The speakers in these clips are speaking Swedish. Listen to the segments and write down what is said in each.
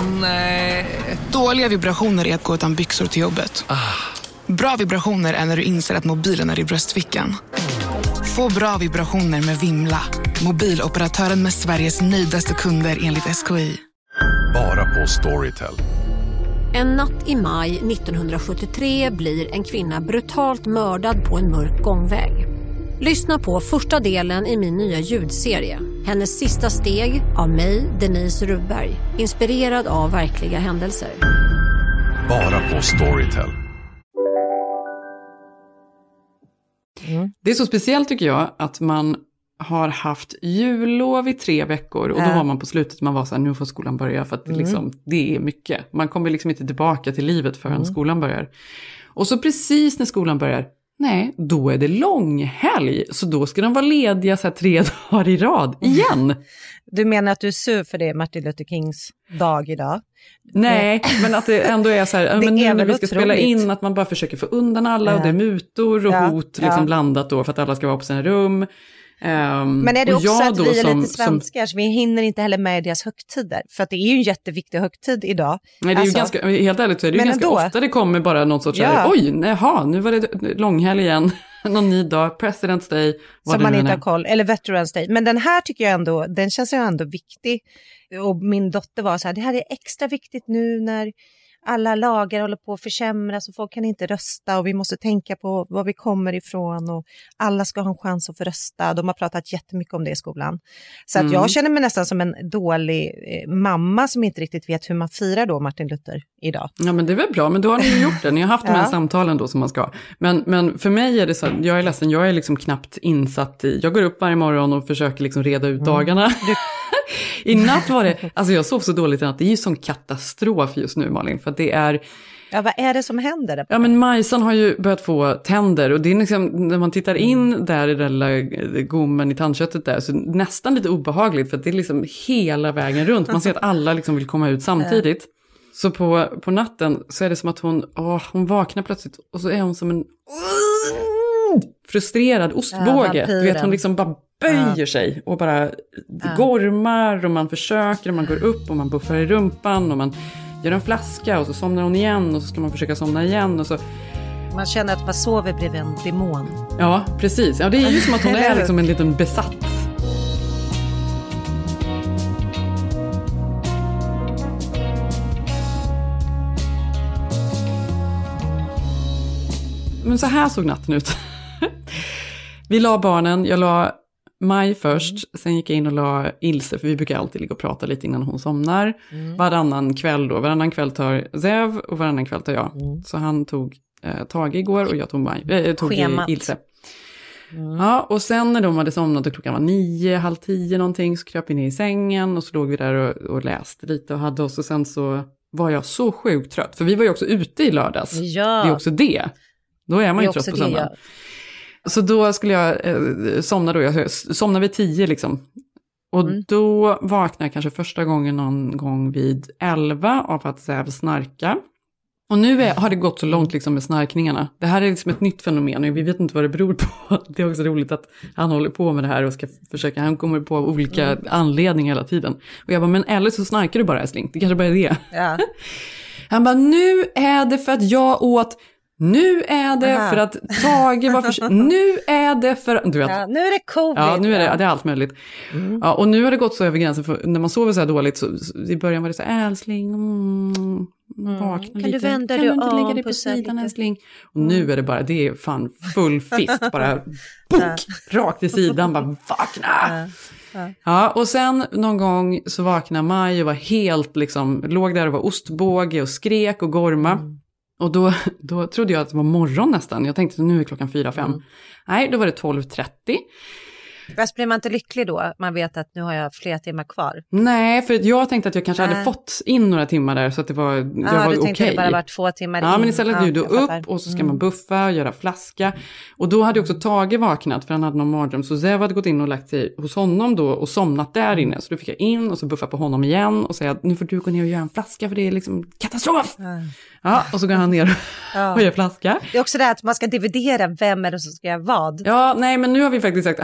Nej. Dåliga vibrationer är att gå utan byxor till jobbet. Bra vibrationer är när du inser att mobilen är i bröstfickan. Få bra vibrationer med Vimla. Mobiloperatören med Sveriges nöjdaste kunder enligt SKI. Bara på Storytel. En natt i maj 1973 blir en kvinna brutalt mördad på en mörk gångväg. Lyssna på första delen i min nya ljudserie. Hennes sista steg av mig, Denise Rubberg. Inspirerad av verkliga händelser. Bara på Storytel. Det är så speciellt tycker jag att man har haft jullov i 3 veckor och då var man på slutet, man var så här, nu får skolan börja för att det är mycket. Man kommer liksom inte tillbaka till livet förrän skolan börjar. Och så precis när skolan börjar, nej, då är det långhelg. Så då ska de vara lediga så här 3 dagar i rad igen. Du menar att du är sur för det Martin Luther Kings dag idag? Nej, men att det ändå är så här, men nu när vi ska spela in att man bara försöker få undan alla och det är mutor och hot liksom blandat då för att alla ska vara på sina rum. Men är det också att vi är lite svenskar så vi hinner inte heller med deras högtider? För att det är ju en jätteviktig högtid idag. Nej, det är ju ganska, helt ärligt så är det ju ganska ofta det kommer bara något sorts nu var det långhelg igen. Någon ny dag, President's Day. Som man inte har koll, eller Veterans Day. Men den här tycker jag ändå, den känns ju ändå viktig. Och min dotter var så här, det här är extra viktigt nu när alla lagar håller på att försämras och folk kan inte rösta och vi måste tänka på var vi kommer ifrån och alla ska ha en chans att få rösta. De har pratat jättemycket om det i skolan. Så att jag känner mig nästan som en dålig mamma som inte riktigt vet hur man firar då Martin Luther idag. Ja, men det är väl bra, men då har ni ju gjort det. Ni har haft de här samtalen då som man ska. Men för mig är det så, jag är ledsen, jag är liksom knappt insatt i, jag går upp varje morgon och försöker liksom reda ut dagarna. I natt var det, alltså jag sov så dåligt i natt, det är ju sån katastrof just nu Malin, för att det är... Ja, vad är det som händer? Ja, men Majsan har ju börjat få tänder och det är liksom, när man tittar in där i den lilla gommen i tandköttet där, så nästan lite obehagligt för att det är liksom hela vägen runt, man ser att alla liksom vill komma ut samtidigt. Så på natten så är det som att hon vaknar plötsligt och så är hon som en frustrerad ostbåge. Du vet, hon liksom bara böjer sig och bara gormar och man försöker och man går upp och man buffar i rumpan och man gör en flaska och så somnar hon igen och så ska man försöka somna igen och så. Man känner att man sover bredvid en demon. Ja, precis. Ja, det är ju som att hon är liksom en liten besatt. Men så här såg natten ut. Vi la barnen, jag la Maj först, sen gick jag in och la Ilse, för vi brukar alltid ligga och prata lite innan hon somnar. Varannan kväll tar Zev och varannan kväll tar jag. Så han tog Tage igår och jag tog Ilse. Ja, och sen när de hade somnat och klockan var 9, 9:30 någonting, så kröp vi ner i sängen och så låg vi där och läste lite och hade oss, och sen så var jag så sjukt trött, för vi var ju också ute i lördags. Ja. Det är också det. Då är man ju trött på söndagen. Ja. Så då skulle jag somna då. Jag somnade vid 10 liksom. Och då vaknade jag kanske första gången någon gång vid 11 av att Zev snarka. Och nu har det gått så långt liksom med snarkningarna. Det här är liksom ett nytt fenomen och vi vet inte vad det beror på. Det är också roligt att han håller på med det här och ska försöka, han kommer på olika anledningar hela tiden. Och jag bara, men eller så snarkar du bara älskling. Det kanske bara är det. Ja. Han bara, nu är det för att jag åt... Nu är det för att Tage var för... Nu är det för... Du vet. Ja, nu är det covid. Ja, nu är det allt möjligt. Ja, och nu har det gått så över gränsen. För när man sover så här dåligt så i början var det så här, älskling, vakna kan lite. Du vända kan du du inte lägga av dig på sidan, lite? älskling? Och nu är det bara, det är fan full fist. Bara rakt i sidan, bara vakna! Ja, och sen någon gång så vaknade Maj och var helt liksom, låg där och var ostbåge och skrek och gorma. Och då trodde jag att det var morgon nästan. Jag tänkte att nu är klockan 4-5. Nej, då var det 12:30. Fast blir man inte lycklig då? Man vet att nu har jag flera timmar kvar. Nej, för jag tänkte att jag kanske hade fått in några timmar där så att det var, jag var okej. Du tänkte det bara var 2 timmar in. Ja, men istället är du upp och så ska man buffa och göra flaska. Och då hade också Tage vaknat för han hade någon mardröm. Så Zev hade gått in och lagt sig hos honom då och somnat där inne. Så då fick jag in och så buffa på honom igen och säga att nu får du gå ner och göra en flaska för det är liksom katastrof. Ja, och så går han ner och gör flaska. Det är också det att man ska dividera vem är det som ska göra vad. Ja, nej, men nu har vi faktiskt sagt att han får vara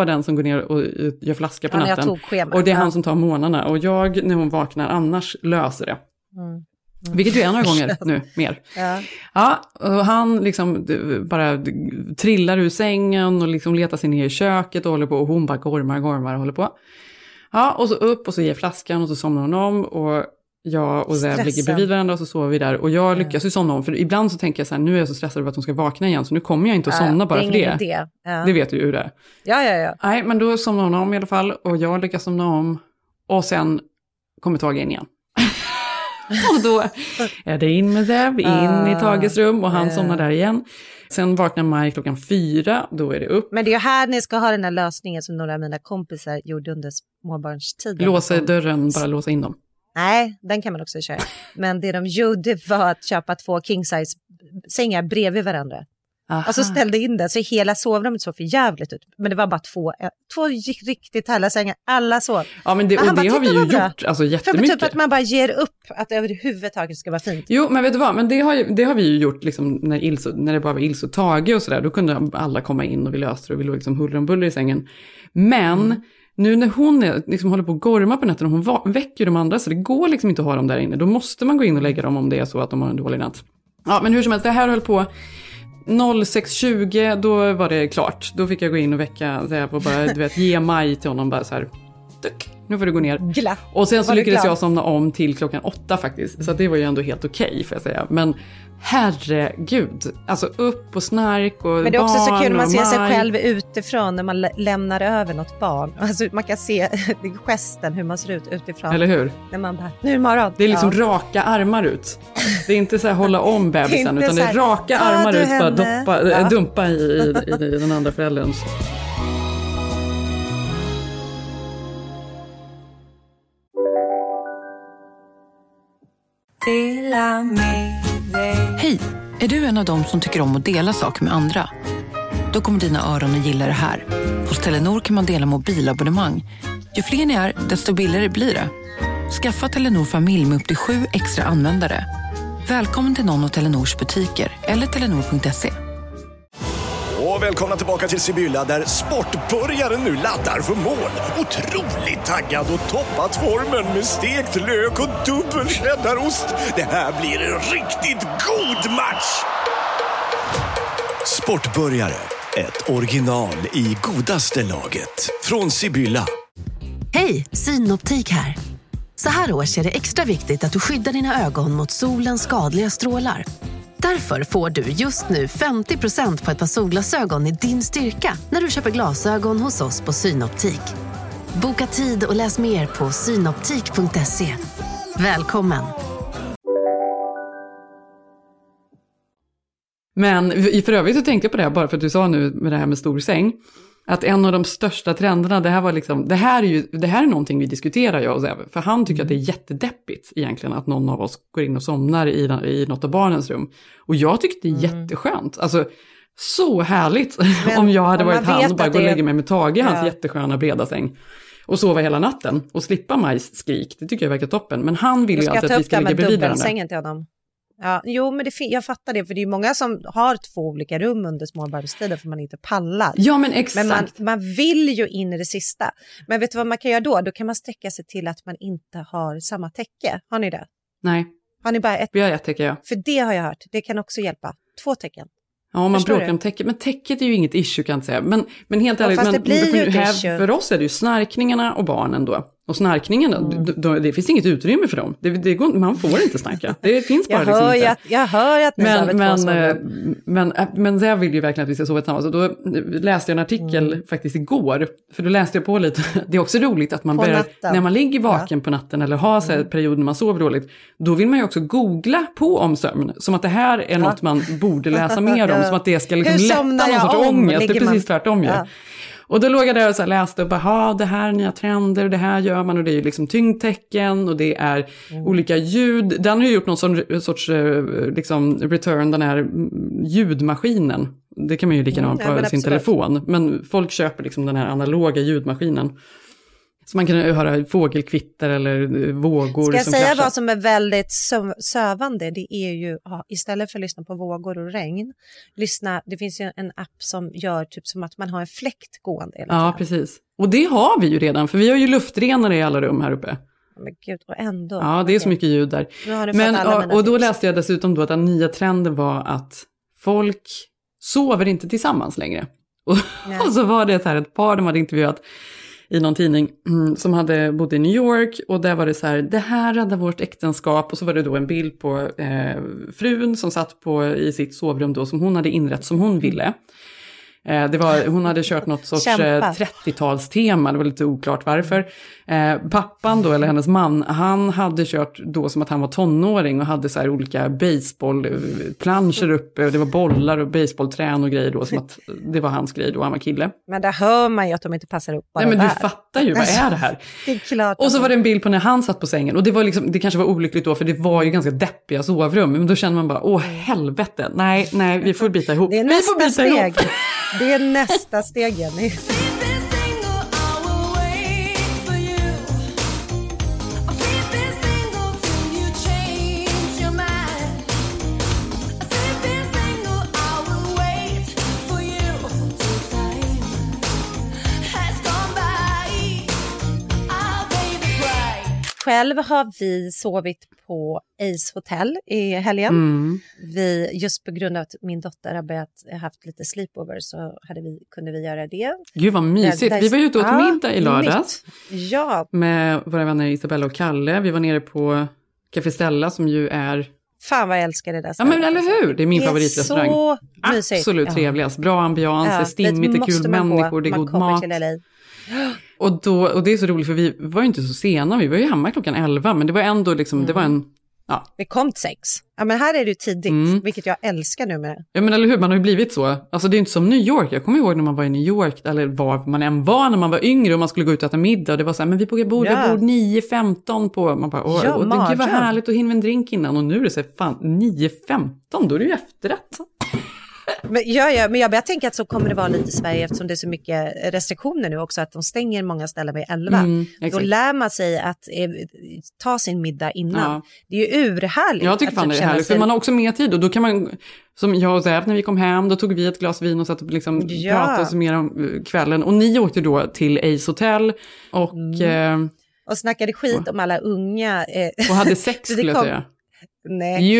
var den som går ner och gör flaska på natten. Schema, och det är han som tar morgnarna. Och jag, när hon vaknar, annars löser det. Vilket ju är några gånger nu, mer. Ja, och han liksom bara trillar ur sängen och liksom letar sig ner i köket och håller på. Och hon bara gormar och håller på. Ja, och så upp och så ger flaskan och så somnar hon om. Och jag och Zev ligger bredvid varandra och så sover vi där. Och jag lyckas ju somna om. För ibland så tänker jag så här, nu är jag så stressad över att hon ska vakna igen. Så nu kommer jag inte att somna bara för det. Det vet du ju hur det är. Ja. Nej, men då somnar hon om i alla fall. Och jag lyckas somna om. Och sen kommer Tage in igen. Och då är det in med Zev, in i Tages rum. Och han somnar där igen. Sen vaknar Maj 4:00, då är det upp. Men det är ju här ni ska ha den här lösningen som några av mina kompisar gjorde under småbarnstiden. Låsa dörren, bara låsa in dem. Nej, den kan man också köra. Men det de gjorde var att köpa 2 king-size-sängar bredvid varandra. Aha. Och så ställde in det, så hela sovrummet såg för jävligt ut. Men det var bara 2 riktigt härliga sängar, alla sov. Ja, men det, och det har vi ju gjort alltså, jättemycket. För typ att man bara ger upp att överhuvudtaget ska vara fint. Jo, men vet du vad, men det har vi ju gjort liksom, när det bara var Ilse och Tage och sådär. Då kunde alla komma in och vi löste det och vi låg liksom huller om buller i sängen. Men nu när hon liksom håller på att gorma på natten och hon väcker de andra, så det går liksom inte att ha dem där inne. Då måste man gå in och lägga dem om det är så att de har en dålig natt. Ja, men hur som helst, det här höll på 06:20, då var det klart. Då fick jag gå in och väcka och bara, ge Maj till honom bara så här, nu får du gå ner. Glatt. Och sen så lyckades jag somna om till 8:00 faktiskt. Så det var ju ändå helt okej, får jag säga. Men herregud, alltså upp och snark och men det är också så kul när man ser sig Maj. själv utifrån när man lämnar över något barn. Alltså man kan se gesten hur man ser ut utifrån. Eller hur? När man bara, nu är det morgon. Det är liksom raka armar ut. Det är inte så här hålla om bebisen, utan det är raka armar ut, bara dumpa i den andra förälderns. Hej, är du en av dem som tycker om att dela saker med andra? Då kommer dina öron att gilla det här. Hos Telenor kan man dela mobilabonnemang. Ju fler ni är, desto billigare blir det. Skaffa Telenor familj med upp till 7 extra användare. Välkommen till någon av Telenors butiker eller telenor.se. Och välkomna tillbaka till Sibylla där sportbörjaren nu laddar för mål. Otroligt taggad och toppat formen med stekt lök och dubbel cheddarost. Det här blir en riktigt god match! Sportbörjare, ett original i godaste laget. Från Sibylla. Hej, Synoptik här. Så här års är det extra viktigt att du skyddar dina ögon mot solens skadliga strålar. Därför får du just nu 50% på ett par solglasögon i din styrka när du köper glasögon hos oss på Synoptik. Boka tid och läs mer på synoptik.se. Välkommen! Men för övrigt så tänkte jag på det här, bara för att du sa nu med det här med stor säng. Att en av de största trenderna, det här är någonting vi diskuterar, jag och Zev. För han tycker att det är jättedeppigt egentligen att någon av oss går in och somnar i något av barnens rum. Och jag tycker det är jätteskönt. Alltså så härligt om jag hade varit han och bara gå och lägga mig med Tage i hans jättesköna breda säng. Och sova hela natten och slippa Majs skrik. Det tycker jag verkar toppen. Men han vill ju alltid att vi ska ligga bredvid varandra. Sängen till honom. Ja, jo, men jag fattar det, för det är många som har 2 olika rum under småbarnstiden för man inte pallar. Ja, men exakt. Men man vill ju in i det sista. Men vet du vad man kan göra då? Då kan man sträcka sig till att man inte har samma täcke. Har ni det? Nej. Har ni bara ett? Vi har ett täcke, ja. För det har jag hört. Det kan också hjälpa. 2 tecken. Ja, man bråkar om täcket. Men täcket är ju inget issue, kan jag inte säga. Men helt ärligt, fast det blir ju här, för oss är det ju snarkningarna och barnen då. Och snarkningen, det finns inget utrymme för dem. Det går, man får inte snacka. Det finns bara liksom inte. Jag hör att men jag vill ju verkligen att vi ska sova tillsammans. Och då läste jag en artikel faktiskt igår. För då läste jag på lite. Det är också roligt att man börjar, när man ligger vaken på natten eller har så här perioder när man sover dåligt. Då vill man ju också googla på om sömn. Som att det här är något man borde läsa mer om. Som att det ska liksom lätta någon sorts ångest. Det är precis tvärtom ju. Ja. Och då låg jag där och så läste och bara, det här är nya trender och det här gör man, och det är ju liksom tyngdtecken och det är olika ljud. Den har ju gjort någon sorts liksom return, den här ljudmaskinen. Det kan man ju lika gärna ha på sin telefon. Men folk köper liksom den här analoga ljudmaskinen. Så man kan höra fågelkvitter eller vågor. Ska jag som säga kraschar. vad som är väldigt sövande? Det är ju, istället för att lyssna på vågor och regn, det finns ju en app som gör typ som att man har en fläkt gående hela tiden. Ja, precis. Och det har vi ju redan, för vi har ju luftrenare i alla rum här uppe. Men gud, och ändå. Ja, det är så mycket ljud där. Nu har du fått alla mina och då tips. läste jag dessutom då att den nya trenden var att folk sover inte tillsammans längre. Och så var det så här ett par de hade intervjuat i någon tidning som hade bott i New York, och där var det så här, det här räddar vårt äktenskap, och så var det då en bild på frun som satt i sitt sovrum då, som hon hade inrett som hon ville. Hon hade kört något sorts 30-talstema, det var lite oklart varför. Pappan då, eller hennes man, han hade kört då som att han var tonåring och hade så här olika baseballplanscher uppe, och det var bollar och baseballträn och grejer då, som att det var hans grej då, han var kille. Men där hör man ju att de inte passar upp bara. Nej, men där. du fattar ju, vad är det här? Det är klart. Och så var det en bild på när han satt på sängen, och det var liksom, det kanske var olyckligt då, för det var ju ganska deppiga sovrum, men då känner man bara, helvete, nej, vi får byta ihop. Det är nästa steg. Det är nästa steg, Jenny. Själv har vi sovit på Ace Hotel i helgen. Just på grund av att min dotter har haft lite sleepover, så kunde vi göra det. Gud vad mysigt. Vi var ute och åt middag i lördags. Ja. Med våra vänner Isabella och Kalle. Vi var nere på Café Stella som ju är... Fan vad jag älskar det där. Ja, men eller hur? Det är min favoritrestaurang. Så mysigt. Absolut trevligast. Bra ambiance, det är stimmigt, det är kul människor, det är god mat. Och det är så roligt, för vi var ju inte så sena, vi var ju hemma klockan 11, men det var ändå liksom, det var en... Ja. Vi kom till 6. Ja, men här är det ju tidigt, vilket jag älskar nu med. Ja, men eller hur, man har ju blivit så. Alltså det är inte som New York. Jag kommer ihåg när man var i New York, eller var man än var när man var yngre och man skulle gå ut och äta middag. Och det var så här, men vi bokar bord, jag bord 9:15 på. Man bara, och det var härligt att hinna en drink innan. Och nu är det så här, fan, 9:15, då är det ju efterrätt. Men jag börjar tänka att så kommer det vara lite i Sverige, eftersom det är så mycket restriktioner nu också, att de stänger många ställen vid 11. Då lär man sig att ta sin middag innan. Ja. Det är ju urhärligt. Jag tycker fan det är härligt, för man har också mer tid, och då kan man, som jag och Zäv när vi kom hem, då tog vi ett glas vin och satt och liksom pratade så mer om kvällen. Och ni åkte då till Ace Hotel och snackade skit om alla unga. Och hade sex skulle jag säga. Nej,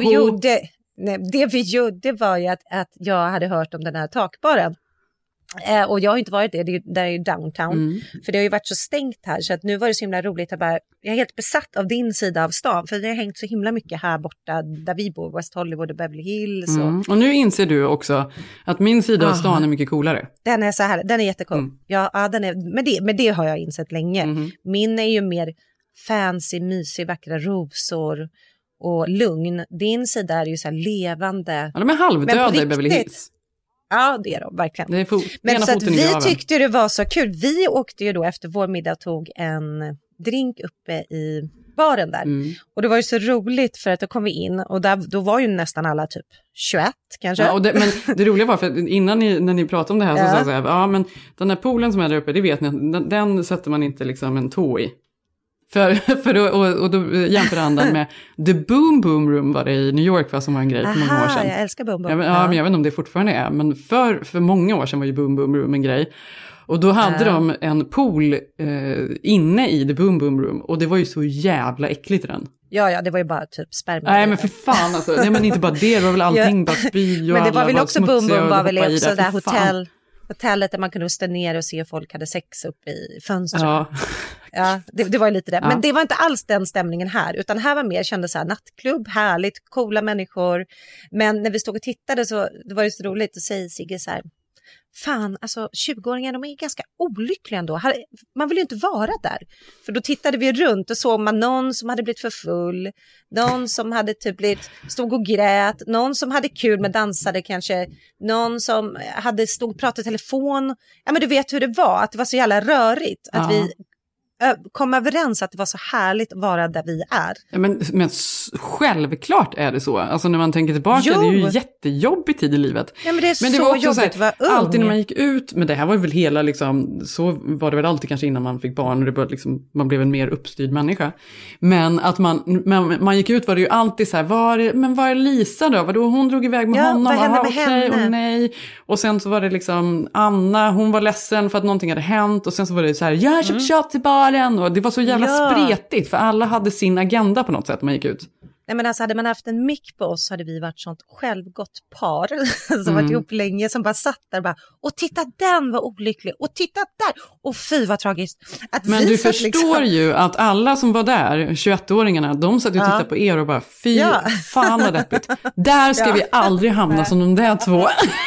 det vi gjorde var ju att jag hade hört om den här takbaren. Och jag har inte varit där är ju downtown. För det har ju varit så stängt här, så att nu var det så himla roligt att jag är helt besatt av din sida av stan. För det har hängt så himla mycket här borta där vi bor, West Hollywood och Beverly Hills. Och nu inser du också att min sida av stan är mycket coolare. Den är så här, den är jättecool. Ja, den är, men det har jag insett länge. Min är ju mer fancy, mysig, vackra rosor och lugn. Din sida är ju så här levande. Ja, de är halvdöda i Beverly Hills. Ja, det är de, verkligen. Det är men så att vi tyckte det var så kul. Vi åkte ju då efter vår middag och tog en drink uppe i baren där. Och det var ju så roligt, för att då kom vi in och då var ju nästan alla typ 21 kanske. Ja, men det roliga var, för innan när ni pratade om det här så sa jag så här, ja men den här poolen som är där uppe, det vet ni, den sätter man inte liksom en tå i. Och då jämför andan med The Boom Boom Room var det i New York, som var en grej för många år sedan. Jag älskar Boom Boom. Men jag vet inte om det fortfarande är, men för många år sedan var ju Boom Boom Room en grej. Och då hade de en pool inne i The Boom Boom Room, och det var ju så jävla äckligt den. Ja, det var ju bara typ sperma. Nej, men för fan alltså. Nej, men inte bara det var väl allting, bara spy och men det var väl också Boom Boom, var väl också det där hotellet där man kunde stå ner och se folk hade sex upp i fönstret. Ja, det var ju lite det. Ja. Men det var inte alls den stämningen här. Utan här var mer, kände så här, nattklubb, härligt, coola människor. Men när vi stod och tittade så det var det så roligt att säga Sigge så här, fan, alltså 20-åringar, de är ganska olyckliga ändå. Man vill ju inte vara där. För då tittade vi runt och såg man någon som hade blivit för full. Någon som hade typ stod och grät. Någon som hade kul med dansade kanske. Någon som hade stod och pratade i telefon. Ja, men du vet hur det var. Att det var så jävla rörigt. kom överens att det var så härligt att vara där vi är. Ja, men självklart är det så. Alltså när man tänker tillbaka, det är ju jättejobbig tid i livet. Ja, men det är men så var också jobbigt att vara ung. Alltid när man gick ut, men det här var väl hela liksom, så var det väl alltid kanske innan man fick barn och det började liksom, man blev en mer uppstyrd människa. Men att man gick ut var det ju alltid så här, var är Lisa då? Vadå, hon drog iväg med honom. Vad hände med henne? Och nej. Och sen så var det liksom Anna, hon var ledsen för att någonting hade hänt. Och sen så var det så här, jag köpte kött till baren. Och det var så jävla spretigt, för alla hade sin agenda på något sätt när man gick ut. Nej, men alltså hade man haft en mick på oss hade vi varit sånt självgott par som varit ihop länge, som bara satt där och bara, och titta den var olycklig, och titta där, och fy vad tragiskt. Men du förstår ju att alla som var där, 21-åringarna, de satt ju och tittade på er och bara, fy fan vad deppigt. Där ska vi aldrig hamna som de där två.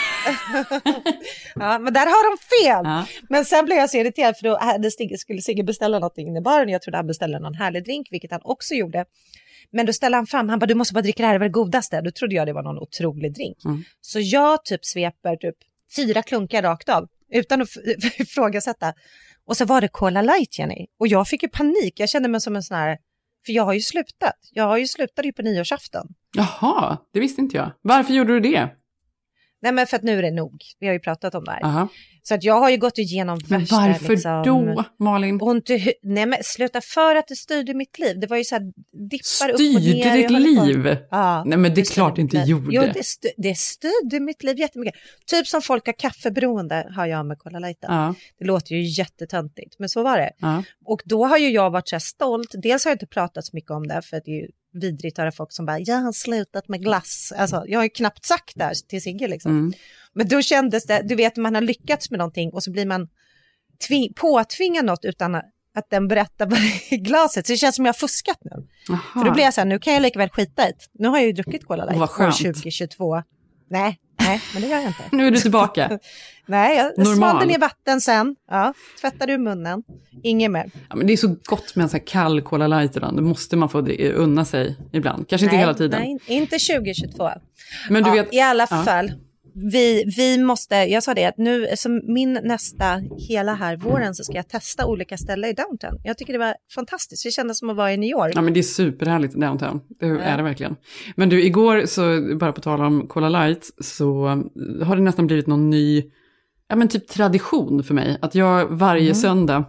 Ja, men där har de fel. Ja. Men sen blev jag så irriterad, för då skulle Sigge beställa någonting i baren. Jag trodde han beställde någon härlig drink, vilket han också gjorde. Men då ställde han fram, han bara, du måste bara dricka det här, det var det godaste. Då trodde jag det var någon otrolig drink. Så jag typ sveper 4 klunkar rakt av, utan att ifrågasätta. Och så var det Cola Light, Jenny. Och jag fick ju panik, jag kände mig som en sån här, för jag har ju slutat. Jag slutade ju på nyårsafton. Jaha, det visste inte jag. Varför gjorde du det? Nej, men för att nu är det nog. Vi har ju pratat om det här. Aha. Så att jag har ju gått igenom men värsta... varför liksom, då, Malin? Nej, men sluta, för att det styrde mitt liv. Det var ju så här, dippar upp och ner. Styrde ditt liv? Ja, nej, men det är klart det inte gjorde. Jo, det styrde mitt liv jättemycket. Typ som folk har kaffeberoende har jag med Cola Lighten. Ja. Det låter ju jättetöntigt, men så var det. Ja. Och då har ju jag varit så här stolt. Dels har jag inte pratat så mycket om det, för att det är ju vidrigt att höra folk som bara, jag har slutat med glass. Alltså, jag har ju knappt sagt det till Sigge liksom. Men då kändes det, du vet, man har lyckats med någonting och så blir man påtvingad något utan att den berättar vad i glaset. Så det känns som jag har fuskat nu. Aha. För då blir jag så här, nu kan jag lika väl skita i det. Nu har jag ju druckit Cola Light. Vad skönt. 2022. Nej, men det gör jag inte. Nu är du tillbaka. Nej, jag svalde ner vatten sen. Ja, tvättade ur munnen. Inget mer. Ja, men det är så gott med en sån här kall Cola Light ibland. Det måste man få unna sig ibland. Kanske inte hela tiden. Nej, inte 2022. Men du vet, i alla fall. Vi måste, jag sa det, att nu som min nästa hela här våren så ska jag testa olika ställen i downtown. Jag tycker det var fantastiskt, det kändes som att vara i New York. Ja, men det är superhärligt i downtown, det är det verkligen. Men du, igår så, bara på tal om Cola Light, så har det nästan blivit någon ny, ja men typ tradition för mig. Att jag varje söndag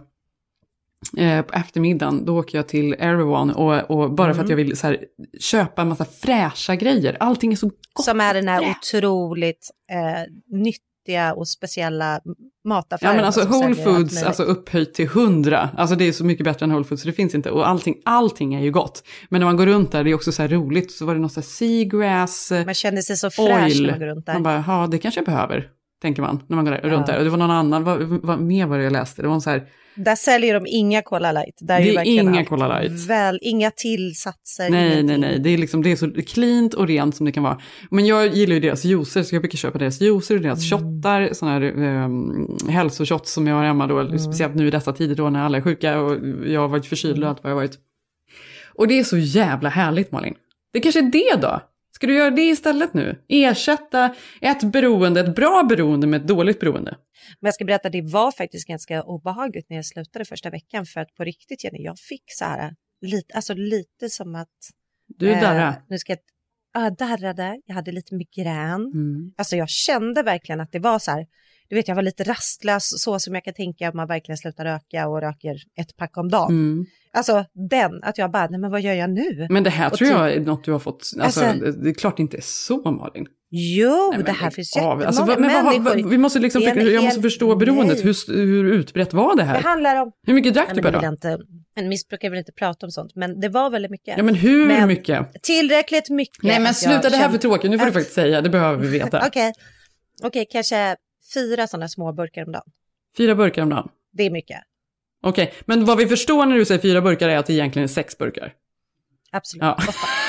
på eftermiddagen, då åker jag till Erewhon och bara för att jag vill så här, köpa en massa fräscha grejer. Allting är så gott. Som är den här otroligt nyttiga och speciella mataffären. Ja, men alltså Whole Foods, alltså upphöjt till 100. Alltså det är så mycket bättre än Whole Foods, så det finns inte. Och allting är ju gott. Men när man går runt där, det är också så här roligt. Så var det något så här seagrass, man känner sig så fräsch när man går runt där. Man bara, ja det kanske jag behöver, tänker man när man går runt där. Och det var någon annan, vad mer var det jag läste? Det var så här, där säljer de inga Cola Light. Där det är inga Cola Light. Inga tillsatser. Nej. Det är, liksom, det är så cleant och rent som det kan vara. Men jag gillar ju deras juicer, så jag brukar köpa deras juicer och deras shottar. Sådana här hälsoshots som jag har hemma då. Speciellt nu i dessa tider då när alla är sjuka och jag har varit förkyld och allt vad jag har varit. Och det är så jävla härligt, Malin. Det kanske är det då. Ska du göra det istället nu? Ersätta ett bra beroende med ett dåligt beroende. Men jag ska berätta, det var faktiskt ganska obehagligt när jag slutade första veckan. För att på riktigt, Jenny, jag fick så här, lite som att... Du darrade. Nu ska jag darrade, jag hade lite migrän. Alltså jag kände verkligen att det var så här... Du vet, jag var lite rastlös, så som jag kan tänka att man verkligen slutar röka och röker ett pack om dagen. Alltså att jag bara, nej men vad gör jag nu? Men det här tror jag är något du har fått, alltså det är klart det inte är så, Malin. Jo, nej, det här finns jättemånga människor. Vi måste liksom, jag måste förstå beroendet, hur utbrett var det här? Det handlar om... Hur mycket drack du per dag? En missbrukare vill inte prata om sånt, men det var väldigt mycket. Ja, men hur mycket? Tillräckligt mycket. Nej, men sluta, det här för tråkigt, nu får du faktiskt säga, det behöver vi veta. Okej, kanske 4 sådana små burkar om dagen. 4 burkar om dagen? Det är mycket. Okej, men vad vi förstår när du säger 4 burkar är att det egentligen är 6 burkar. Absolut. Ja.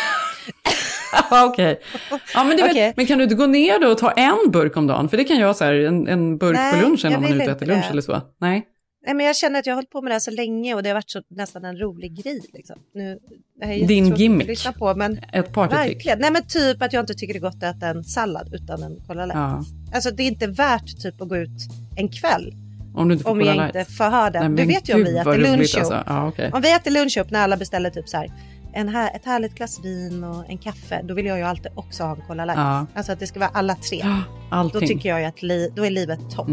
Okej. Ja, men, men kan du inte gå ner då och ta en burk om dagen? För det kan jag så här, en burk på lunchen om man är ute och äter lunch eller så. Nej, men jag känner att jag har hållit på med det här så länge och det har varit så nästan en rolig grej liksom. Nu, din gimmick. På, men ett partytrick. Verkligen. Nej, men typ att jag inte tycker det är gott att äta en sallad utan en Cola Light. Ja. Alltså det är inte värt typ att gå ut en kväll Om du inte får om Cola jag Light. inte får ha den. Nej, Du vet ju om vi äter lunch ihop. alltså. Ja, okay. Om vi äter lunch upp när alla beställer typ så här ett härligt glas vin och en kaffe, då vill jag ju alltid också ha en Cola Light. Ja. Alltså att det ska vara alla 3. Allting. Då tycker jag ju att då är livet topp.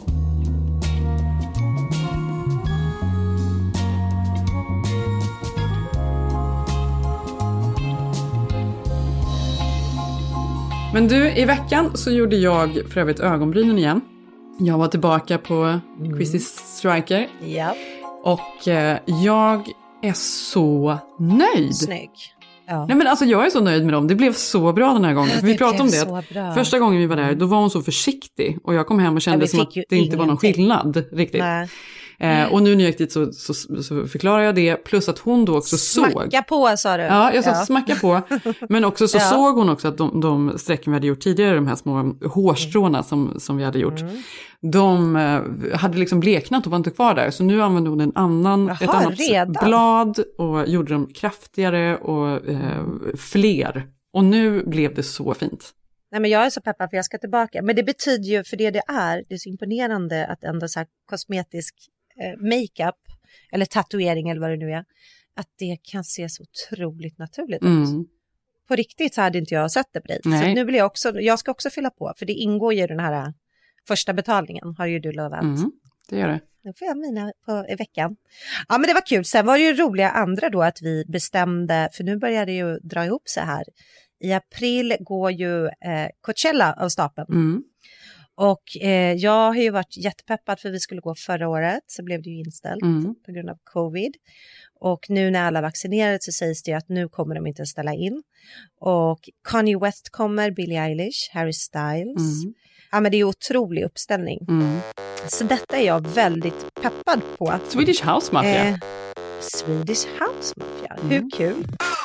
Men du, i veckan så gjorde jag för övrigt ögonbrynen igen. Jag var tillbaka på Christy Striker. Ja. Och jag är så nöjd. Snygg. Ja. Nej men alltså jag är så nöjd med dem. Det blev så bra den här gången. För vi pratade om det. Första gången vi var där, då var hon så försiktig. Och jag kom hem och kände som att det inte var någon skillnad riktigt. Och nu när jag gick dit så förklarar jag det. Plus att hon då också smacka på, sa du. Ja, jag sa smacka på. Men också så såg hon också att de sträcken vi hade gjort tidigare, de här små hårstråna som vi hade gjort. De hade liksom bleknat och var inte kvar där. Så nu använde hon ett annat blad och gjorde dem kraftigare och fler. Och nu blev det så fint. Nej, men jag är så peppad för jag ska tillbaka. Men det betyder ju, för det är så imponerande att ändå så här kosmetisk makeup eller tatuering eller vad det nu är, att det kan se så otroligt naturligt ut. På riktigt så hade inte jag sett det på dig. Så nu vill jag ska också fylla på, för det ingår ju i den här första betalningen, har ju du lovat. Det gör det. Nu får jag mina i veckan. Ja, men det var kul. Sen var det ju roliga andra då att vi bestämde, för nu börjar det ju dra ihop sig här. I april går ju Coachella av stapeln. Och jag har ju varit jättepeppad för vi skulle gå förra året. Så blev det ju inställt på grund av covid. Och nu när alla vaccinerade så sägs det att nu kommer de inte att ställa in. Och Kanye West kommer, Billie Eilish, Harry Styles. Ja, men det är ju otrolig uppställning. Så detta är jag väldigt peppad på. Swedish House Mafia. Swedish House Mafia, hur kul?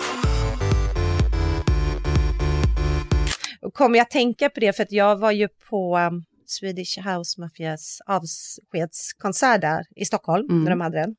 Och kommer jag tänka på det för att jag var ju på Swedish House Mafias avskedskonsert där i Stockholm när de hade den.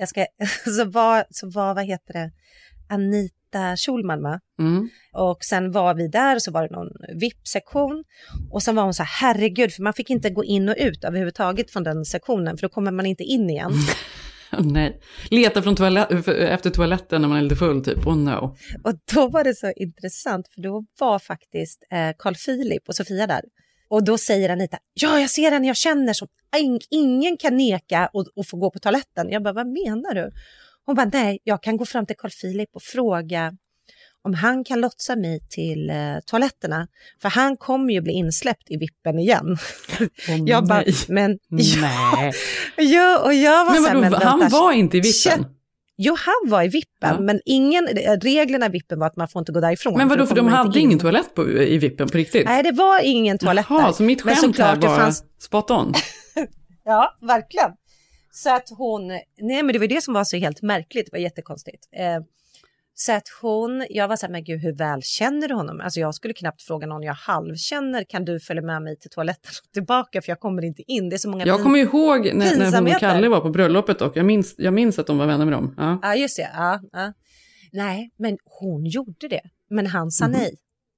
Vad heter det? Anita Schulman va? Och sen var vi där och så var det någon VIP-sektion. Och sen var hon så här, herregud, för man fick inte gå in och ut överhuvudtaget från den sektionen, för då kommer man inte in igen. Nej, leta efter toaletten när man är lite full typ, oh no. Och då var det så intressant, för då var faktiskt Carl Philip och Sofia där. Och då säger Anita, ja jag ser henne, jag känner som ingen kan neka och få gå på toaletten. Jag bara, vad menar du? Hon bara, nej, jag kan gå fram till Carl Philip och fråga om han kan lotsa mig till toaletterna. För han kommer ju bli insläppt i vippen igen. Jag bara, men... Nej. Ja, och jag var men så här, men han var inte i vippen? Jo, han var i vippen, men reglerna i vippen var att man får inte gå därifrån. Men vadå, för de hade ingen toalett i vippen på riktigt? Nej, det var ingen toalett där. Jaha, så mitt skämt här var spot on. Ja, verkligen. Så att hon, nej men det var det som var så helt märkligt, det var jättekonstigt. Så att jag var så här, men gud, hur väl känner du honom? Alltså jag skulle knappt fråga någon jag halvkänner, kan du följa med mig till toaletten och tillbaka, för jag kommer inte in. Det är så många jag kommer ihåg när hon och Kalle var på bröllopet och jag minns att de var vänner med dem. Ja, just det. Ja. Nej, men hon gjorde det. Men han sa nej.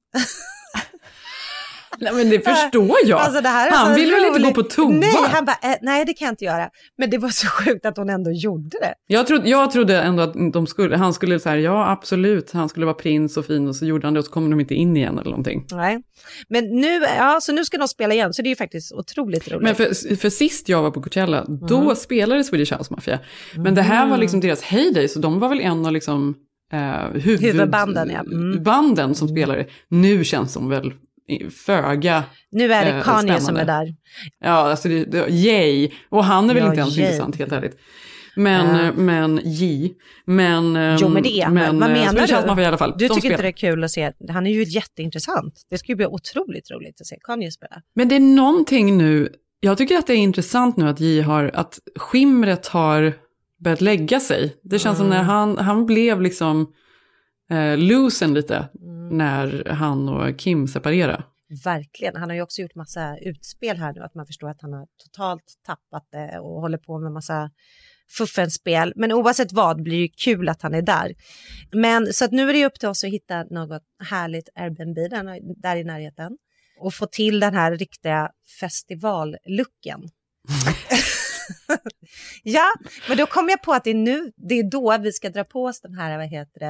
Nej, men det förstår jag. Alltså, han ville väl inte gå på toa? Nej, han bara, nej det kan jag inte göra. Men det var så sjukt att hon ändå gjorde det. Jag trodde ändå att han skulle säga, ja absolut, han skulle vara prins och fin, och så gjorde han det och så kommer de inte in igen eller någonting. Nej, men nu ska de spela igen, så det är ju faktiskt otroligt roligt. Men för sist jag var på Coachella, då spelade Swedish House Mafia. Men det här var liksom deras heyday, så de var väl en av liksom huvudbanden banden som spelade. Nu känns de väl föga nu är det Kanye som är där. Ja, alltså yay. Och han är väl inte ens intressant, helt ärligt. Men J. Jo, men det är vad menar du? I alla fall. Du tycker inte det är kul att se? Han är ju jätteintressant. Det ska ju bli otroligt roligt att se Kanye spela. Men det är någonting nu. Jag tycker att det är intressant nu att skimret har börjat lägga sig. Det känns som när han blev liksom loosen lite när han och Kim separerade. Verkligen. Han har ju också gjort massa utspel här nu, att man förstår att han har totalt tappat det och håller på med massa fuffenspel. Men oavsett vad blir det kul att han är där. Men så att nu är det upp till oss att hitta något härligt Airbnb där i närheten och få till den här riktiga festivallooken. Ja, men då kom jag på att det är då vi ska dra på oss de här,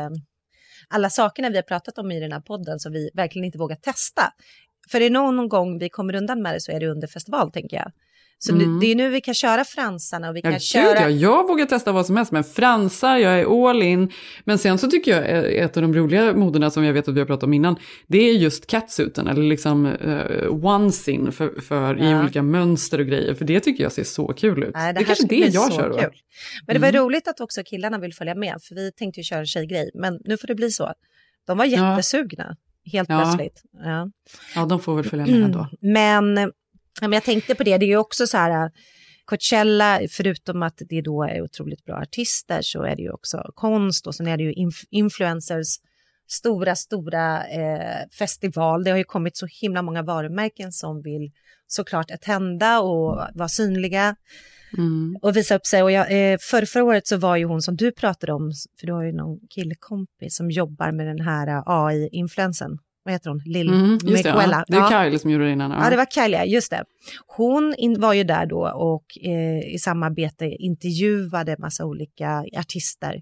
alla sakerna vi har pratat om i den här podden som vi verkligen inte vågar testa. För det är någon gång vi kommer undan med det så är det under festival, tänker jag. Så det är nu vi kan köra fransarna och vi kan köra... Jag vågar testa vad som helst, men fransar, jag är all in. Men sen så tycker jag ett av de roliga moderna som jag vet att vi har pratat om innan, det är just catsuiten, eller liksom one-sin i olika mönster och grejer. För det tycker jag ser så kul ut. Nej, det är kanske det jag kör då. Kul. Men det var roligt att också killarna vill följa med, för vi tänkte ju köra en tjejgrej, men nu får det bli så. De var jättesugna, helt plötsligt. Ja, de får väl följa med då. Men jag tänkte på det, det är ju också så här, Coachella, förutom att det då är otroligt bra artister, så är det ju också konst, och sen är det ju influencers, stora festival. Det har ju kommit så himla många varumärken som vill såklart attenda och vara synliga och visa upp sig. Och förra året så var ju hon som du pratade om, för du har ju någon killkompis som jobbar med den här AI-influensen. Vad heter hon? Miquela. Det är Kyle som gjorde det innan. Ja, det var Kyle, just det. Hon var ju där då och i samarbete intervjuade massa olika artister.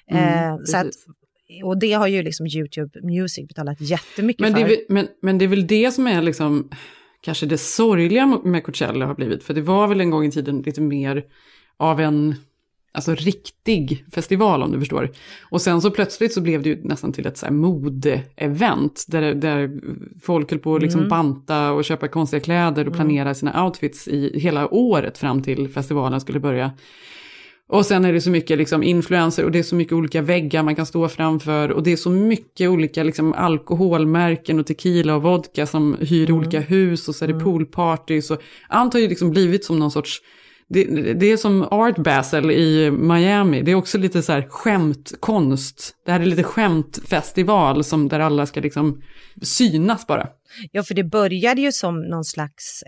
Så att, och det har ju liksom YouTube Music betalat jättemycket för. Men det är väl det som är liksom kanske det sorgliga med Coachella har blivit. För det var väl en gång i tiden lite mer av en... Alltså riktig festival, om du förstår. Och sen så plötsligt så blev det ju nästan till ett så här mode-event. Där folk höll på att liksom banta och köpa konstiga kläder och planera sina outfits i hela året fram till festivalen skulle börja. Och sen är det så mycket liksom influencer och det är så mycket olika väggar man kan stå framför. Och det är så mycket olika liksom alkoholmärken och tequila och vodka som hyr olika hus. Och så är det poolpartys. Och allt har ju liksom blivit som någon sorts... Det är som Art Basel i Miami. Det är också lite så här skämtkonst. Det här är lite skämtfestival där alla ska liksom synas bara. Ja, för det började ju som någon slags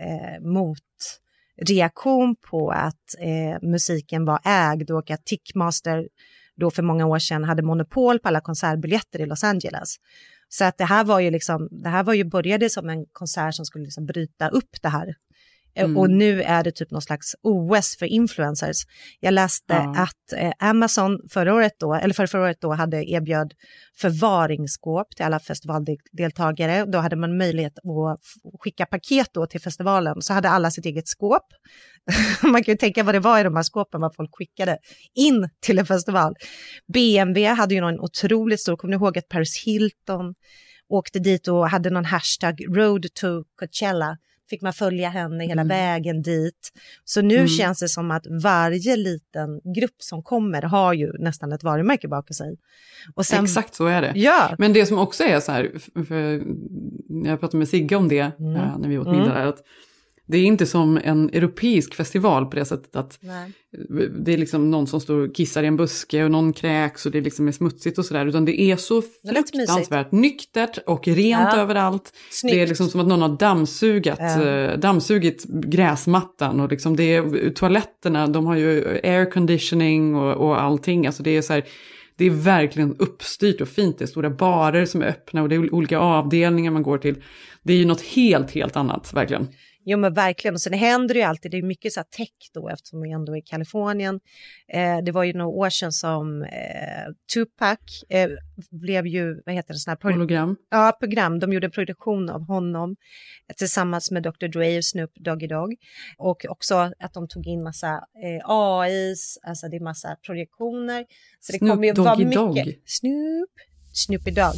motreaktion på att musiken var ägd och att Tickmaster då för många år sedan hade monopol på alla konsertbiljetter i Los Angeles. Så att det här var ju började som en konsert som skulle liksom bryta upp det här. Och nu är det typ någon slags OS för influencers. Jag läste att Amazon förra året då hade erbjöd förvaringsskåp till alla festivaldeltagare. Då hade man möjlighet att skicka paket då till festivalen. Så hade alla sitt eget skåp. Man kan ju tänka vad det var i de här skåpen, vad folk skickade in till en festival. BMW hade ju någon otroligt stor, kommer ni ihåg att Paris Hilton åkte dit och hade någon hashtag Road to Coachella. Fick man följa henne hela vägen dit. Så nu känns det som att varje liten grupp som kommer har ju nästan ett varumärke bakom sig. Och sen, exakt så är det. Ja. Men det som också är så här, för jag pratade med Sigge om det när vi åt middag där, att det är inte som en europeisk festival på det sättet att det är liksom någon som står och kissar i en buske och någon kräks och det liksom är smutsigt och sådär, utan det är så fruktansvärt nyktert och rent överallt. Snyggt. Det är liksom som att någon har dammsugit gräsmattan och liksom det är toaletterna, de har ju air conditioning och allting, alltså det är så här, det är verkligen uppstyrt och fint. Det är stora barer som är öppna och det är olika avdelningar man går till. Det är ju något helt annat, verkligen. Jo, men verkligen. Och sen händer det ju alltid, det är mycket så här tech då, eftersom vi ändå är i Kalifornien. Det var ju några år sedan som Tupac blev ju, vad heter det, sån här hologram. Ja, program. De gjorde en produktion av honom tillsammans med Dr. Dre och Snoop Doggy Dogg. Och också att de tog in massa AIs, alltså det är massa projektioner. Så det kommer ju vara mycket Snoopy Dogg.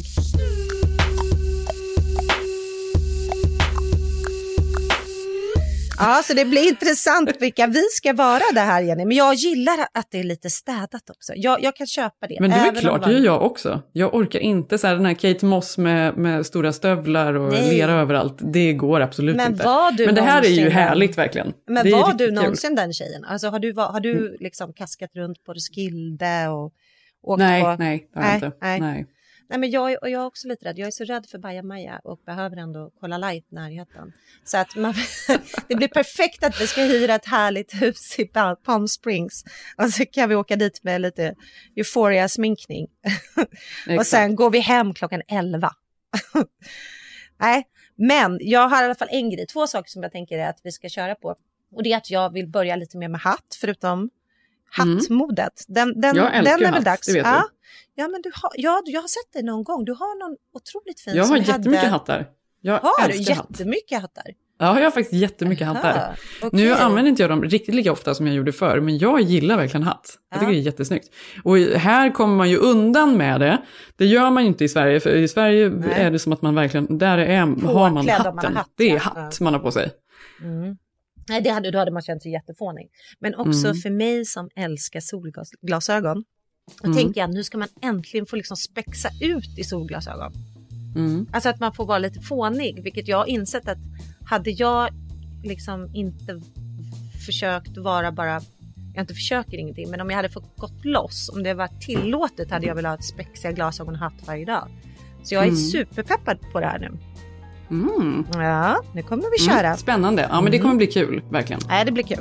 Ja, så det blir intressant vilka vi ska vara det här, Jenny. Men jag gillar att det är lite städat också. Jag kan köpa det. Men det är klart, det gör jag också. Jag orkar inte så här, den här Kate Moss med stora stövlar och lera överallt. Det går absolut inte. Men det här är ju härligt verkligen. Men var du någonsin den tjejen? Alltså har du liksom kaskat runt på Roskilde och åkt på... Nej, det har jag inte. Nej, men jag är också lite rädd. Jag är så rädd för bajamaja och behöver ändå kolla light närheten. Så att det blir perfekt att vi ska hyra ett härligt hus i Palm Springs. Och så kan vi åka dit med lite Euphoria-sminkning. Och sen går vi hem klockan 11. Nej, men jag har i alla fall en grej. 2 saker som jag tänker är att vi ska köra på. Och det är att jag vill börja lite mer med hatt, förutom hattmodet. Den jag älskar den är hatt, väl dags. det vet du. Ja, men jag har sett dig någon gång. Du har någon otroligt fin. Jag har jättemycket hattar. Har du jättemycket hattar? Ja, jag har faktiskt jättemycket hattar. Okay. Nu använder inte jag dem riktigt lika ofta som jag gjorde förr, men jag gillar verkligen hatt. Jag tycker det är jättesnyggt. Och här kommer man ju undan med det. Det gör man ju inte i Sverige, för i Sverige är det som att man verkligen, har man hatten. Det är hatt man har på sig. Mm. Nej, då hade man känt sig jättefånig. Men också för mig som älskar solglasögon, då tänker jag, nu ska man äntligen få liksom spexa ut i solglasögon. Alltså att man får vara lite fånig, vilket jag har insett att hade jag liksom inte försökt vara bara, jag inte försöker ingenting, men om jag hade fått gått loss, om det var tillåtet, hade jag velat ha ett spexiga glasögon och hatt varje dag. Så jag är superpeppad på det här nu. Ja, nu kommer vi köra. Spännande, ja men det kommer bli kul, verkligen. Nej, det blir kul.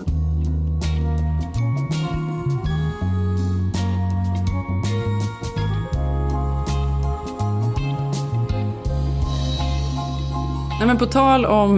Nej, men på tal om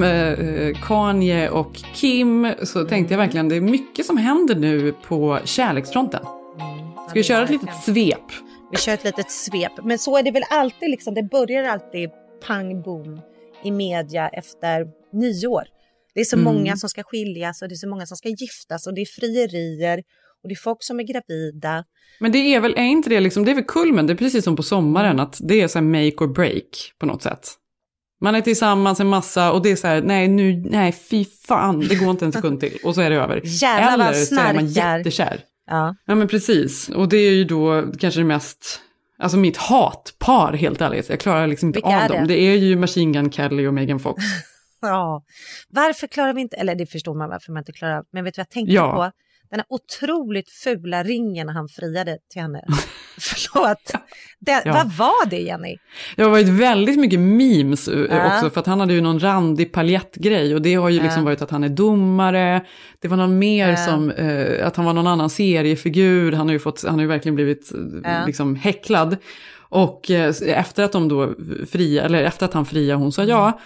Kanye och Kim så tänkte jag verkligen, det är mycket som händer nu på kärleksfronten. Ska vi köra ett litet svep? Vi kör ett litet svep, men så är det väl alltid liksom, det börjar alltid pang boom i media efter nyår. Det är så många som ska skiljas och det är så många som ska giftas och det är frierier och det är folk som är gravida. Men det är väl, är inte det liksom, det är väl kulmen, det är precis som på sommaren att det är så här make or break på något sätt. Man är tillsammans en massa och det är så här, nej fy fan, det går inte en sekund till och så är det över. Jävlar, eller så är man jättekär. Ja men precis, och det är ju då kanske det mest, alltså mitt hatpar helt ärligt, jag klarar liksom inte av dem. Det är ju Machine Gun Kelly och Megan Fox. Ja, varför klarar vi inte, eller det förstår man varför man inte klarar, men vet du vad jag tänkte på? Den här otroligt fula ringen han friade till henne. Förlåt. Vad var det, Jenny? Det har varit väldigt mycket memes också. För att han hade ju någon randig paljettgrej. Och det har ju liksom varit att han är domare. Det var någon mer som att han var någon annan seriefigur. Han har ju verkligen blivit liksom häcklad. Och efter att de då efter att han friade, hon sa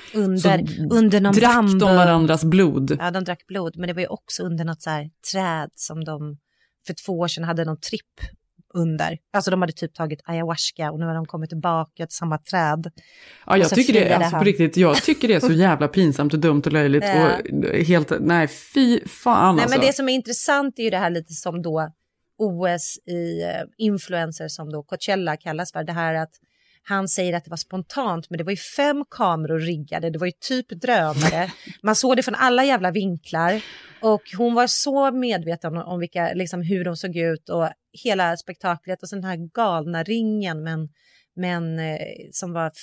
under någon drack de varandras blod. Ja, de drack blod, men det var ju också under något så här träd som de för 2 år sedan hade någon tripp under. Alltså de hade typ tagit ayahuasca och nu har de kommit tillbaka till samma träd. Ja, jag tycker det är alltså på riktigt, jag tycker det är så jävla pinsamt och dumt och löjligt och helt, nej fy fan. Nej, men det som är intressant är ju det här lite som då OS i influencer som då Coachella kallas för, det här att han säger att det var spontant, men det var ju 5 kameror riggade, det var ju typ drönare, man såg det från alla jävla vinklar och hon var så medveten om vilka, liksom, hur de såg ut och hela spektaklet och så den här galna ringen men som var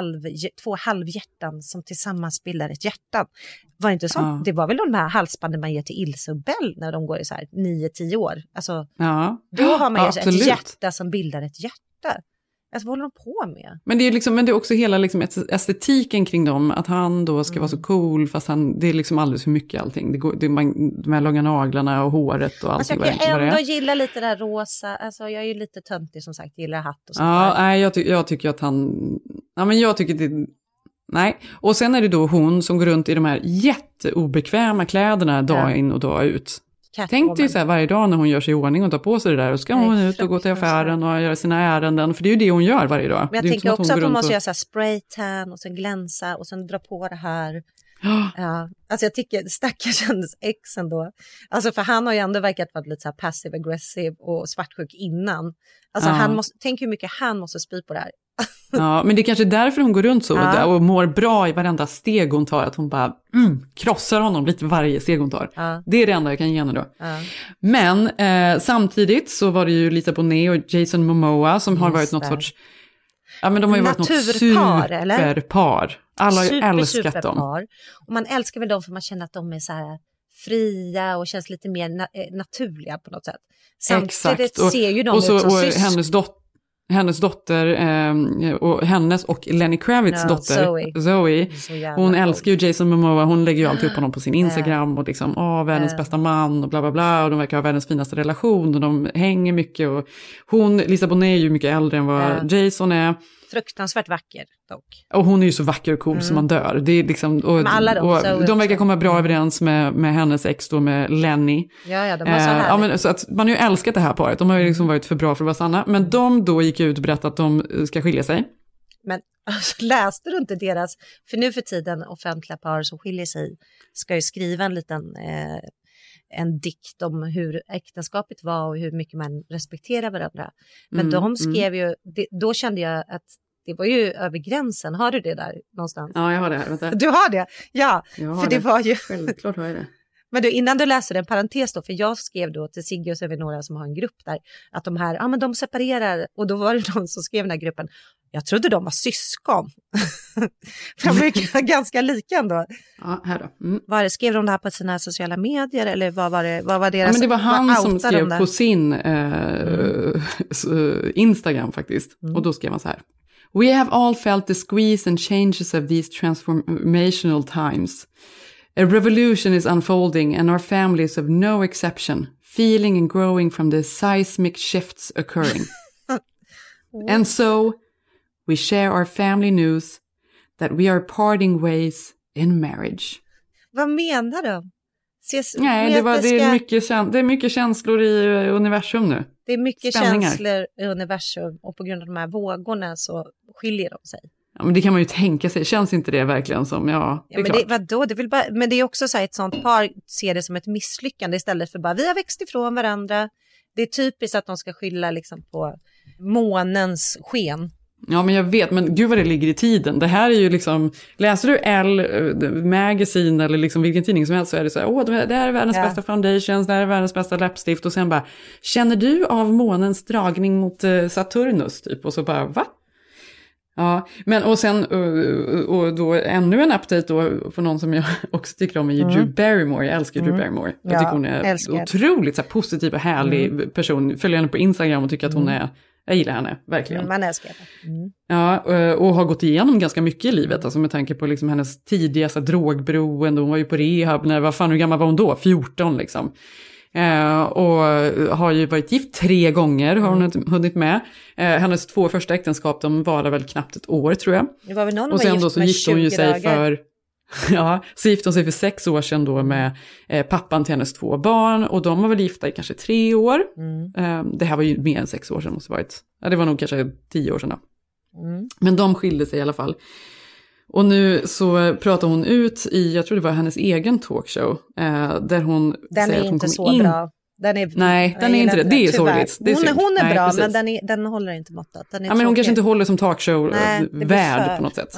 2 halvhjärtan som tillsammans bildar ett hjärta. Var det inte så? Det var väl de här halsbanden man ger till Ilse och Bell när de går i så här 9-10 år. Alltså, då har man ju ett hjärta som bildar ett hjärta. Alltså, vad håller de på med? Men det är liksom, men det är också hela liksom estetiken kring dem, att han då ska vara så cool, fast det är liksom alldeles för mycket allting. De här långa naglarna och håret och allt. Alltså, jag ändå gillar lite det där rosa, alltså jag är ju lite töntig som sagt, gillar hatt och sånt. Ja, nej, jag tycker att han, ja men jag tycker det, nej. Och sen är det då hon som går runt i de här jätteobekväma kläderna dag in och dag ut. Tänk dig så här varje dag när hon gör sig i ordning och tar på sig det där och ska hon ut och gå till affären och göra sina ärenden, för det är ju det hon gör varje dag. Men jag tänker också att hon måste göra så här spraytan och sen glänsa och sen dra på det här. Ja, alltså jag tycker stackars hennes ex ändå. Alltså för han har ju ändå verkat vara lite så här passive aggressive och svartsjuk innan. Alltså tänk hur mycket han måste spy på det här. Ja, men det är kanske därför hon går runt så och mår bra i varenda steg hon tar, att hon bara krossar honom lite varje steg hon tar. Det är det enda jag kan ge henne då. Men samtidigt så var det ju Lisa Bonet och Jason Momoa som har varit något sorts, ja men de har ju varit något superpar. Alla har ju älskat dem. Och man älskar väl dem för man känner att de är så här fria och känns lite mer naturliga på något sätt. Samtidigt ser ju de ut som hennes dotter och hennes och Lenny Kravitz dotter Zoe. Hon älskar ju Jason Momoa, hon lägger ju alltid upp honom på sin Instagram och liksom, världens bästa man och bla bla bla, och de verkar ha världens finaste relation och de hänger mycket, och Lisa Bonet är ju mycket äldre än vad Jason är. Fruktansvärt vacker. dock. Och hon är ju så vacker och cool som man dör. Det är liksom, och de verkar komma bra överens med hennes ex då, med Lenny. Ja, de var så här. Men, så att man har ju älskat det här paret. De har ju liksom varit för bra för att vara sanna. Men de då gick ut och berättade att de ska skilja sig. Men alltså, läste du inte deras, för nu för tiden offentliga par som skiljer sig ska ju skriva en liten en dikt om hur äktenskapet var och hur mycket man respekterar varandra. Men de skrev ju, då kände jag att det var ju över gränsen. Har du det där någonstans? Ja, jag har det här. Vänta. Du har det? Ja, för det var ju... Självklart har jag det. Men du, innan du läser en parentes då, för jag skrev då till Sigge och så är vi några som har en grupp där, att de här, men de separerar, och då var det någon som skrev den här gruppen, jag trodde de var syskon. För de är ganska lika ändå. Ja, här då. Skrev de det här på sina sociala medier, eller vad var deras... men det var han som skrev på sin Instagram faktiskt, och då skrev han så här: We have all felt the squeeze and changes of these transformational times. A revolution is unfolding and our family is of no exception, feeling and growing from the seismic shifts occurring. And so we share our family news that we are parting ways in marriage. Vad menar de? Nej, det är mycket känslor i universum nu. Det är mycket spänningar. Känslor i universum, och på grund av de här vågorna så skiljer de sig. Ja, men det kan man ju tänka sig. Känns inte det verkligen som, det är men klart. Vadå? Men det är också så här, ett sånt par ser det som ett misslyckande istället för bara, vi har växt ifrån varandra. Det är typiskt att de ska skylla liksom på månens sken. Ja, men jag vet, men gud vad det ligger i tiden. Det här är ju liksom, läser du Elle Magazine eller liksom vilken tidning som helst, så är det så här, det här är världens bästa foundations, det här är världens bästa läppstift, och sen bara, känner du av månens dragning mot Saturnus typ, och så bara, va? Ja, men och sen och då ännu en update då för någon som jag också tycker om är ju Drew Barrymore. Jag älskar Drew Barrymore. Jag tycker hon är otroligt så här, positiv och härlig person. Följer henne på Instagram och tycker att hon är, jag gillar henne, verkligen. Man älskar henne. Ja, och har gått igenom ganska mycket i livet, alltså med tanke på liksom hennes tidiga så här, drogberoende. Hon var ju på rehab hur gammal var hon då? 14 liksom. Och har ju varit gift 3 gånger, har hon hunnit med. Hennes 2 första äktenskap, de var väl knappt ett år, tror jag. Det var väl någon och sen då så gifte hon ju sig dagar. så gifte hon sig för 6 år sedan då med pappan till hennes 2 barn, och de var väl gifta i kanske 3 år. Det här var ju mer än 6 år sedan, måste varit. Ja, det var nog kanske 10 år sedan då. Men de skilde sig i alla fall. Och nu så pratar hon ut i, jag tror det var hennes egen talkshow, där hon säger att hon inte kommer så bra. Nej, den är inte det. Det är sorgligt. Hon är bra, men den håller inte måttat. Men hon kanske inte håller som talkshow-värd på något sätt.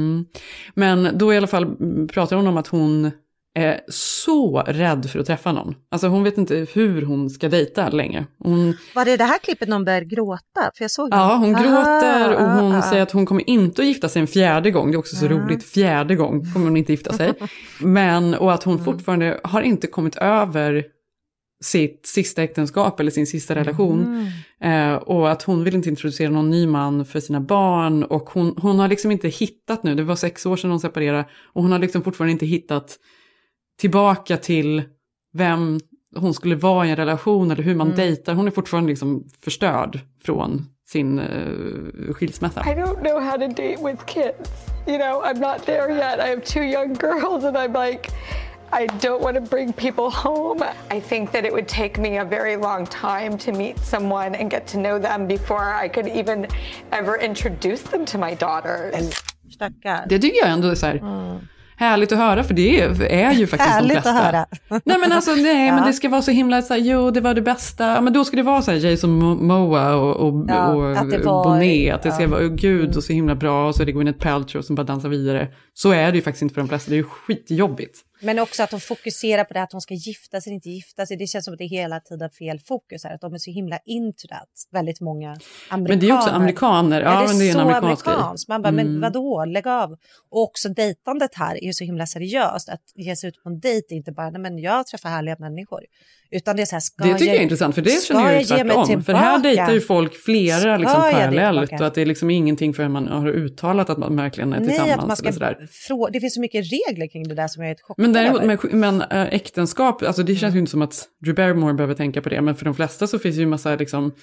Men då i alla fall pratar hon om att hon är så rädd för att träffa någon. Alltså hon vet inte hur hon ska dejta längre. Var det här klippet någon börjar gråta? För jag såg hon gråter och hon säger att hon kommer inte att gifta sig en 4:e gång. Det är också så roligt. 4:e gång kommer hon inte gifta sig. Och att hon fortfarande har inte kommit över sitt sista äktenskap eller sin sista relation. Och att hon vill inte introducera någon ny man för sina barn. Och hon har liksom inte hittat nu. Det var 6 år sedan hon separerade. Och hon har liksom fortfarande inte hittat tillbaka till vem hon skulle vara i en relation eller hur man dejtar. Hon är fortfarande liksom förstörd från sin skilsmässa. I don't know how to date with kids. You know, I'm not there yet. I have 2 young girls and I'm like, I don't want to bring people home. I think that it would take me a very long time to meet someone and get to know them before I could even ever introduce them to my daughters. Det tycker jag ändå är så här... Härligt att höra, för det är ju faktiskt härligt de flesta. Att höra. Nej, men alltså, men det ska vara så himla så här, jo, det var det bästa. Ja, men då ska det vara så här Jason Momoa och Bonet, att det ska vara gud och så himla bra, och så är det Gwyneth Paltrow som bara dansar vidare. Så är det ju faktiskt inte för de flesta, det är ju skitjobbigt. Men också att de fokuserar på det, att de ska gifta sig, inte gifta sig. Det känns som att det är hela tiden fel fokus här. Att de är så himla into that. Väldigt många amerikaner. Men det är också amerikaner. Ja, men det är en amerikansk grej. Man bara, men vadå, lägg av. Och också dejtandet här är ju så himla seriöst. Att ge sig ut på en dejt är inte bara, nej, men jag träffar härliga människor. Utan det är så här, det tycker jag är intressant, för det känner jag ju tvärtom. För här dejtar ju folk flera liksom parallellt, och att det är liksom ingenting för man har uttalat att man verkligen är tillsammans. Nej, att man ska det finns så mycket regler kring det där som jag är ett chockad men äktenskap, alltså det känns ju inte som att Drew Barrymore behöver tänka på det, men för de flesta så finns ju en massa liksom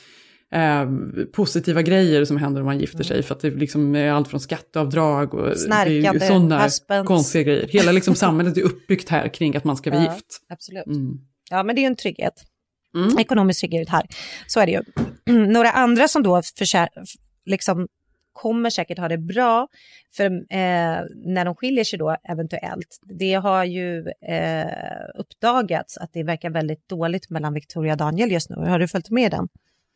positiva grejer som händer om man gifter sig. För att det liksom är allt från skatteavdrag och snarkande, sådana husbands. konstiga grejer. Hela liksom samhället är uppbyggt här kring att man ska bli gift. Absolut. Ja, men det är ju en trygghet. Ekonomisk trygghet här. Så är det ju. Några andra som då liksom kommer säkert ha det bra för när de skiljer sig då eventuellt. Det har ju uppdagats att det verkar väldigt dåligt mellan Victoria och Daniel just nu. Har du följt med den?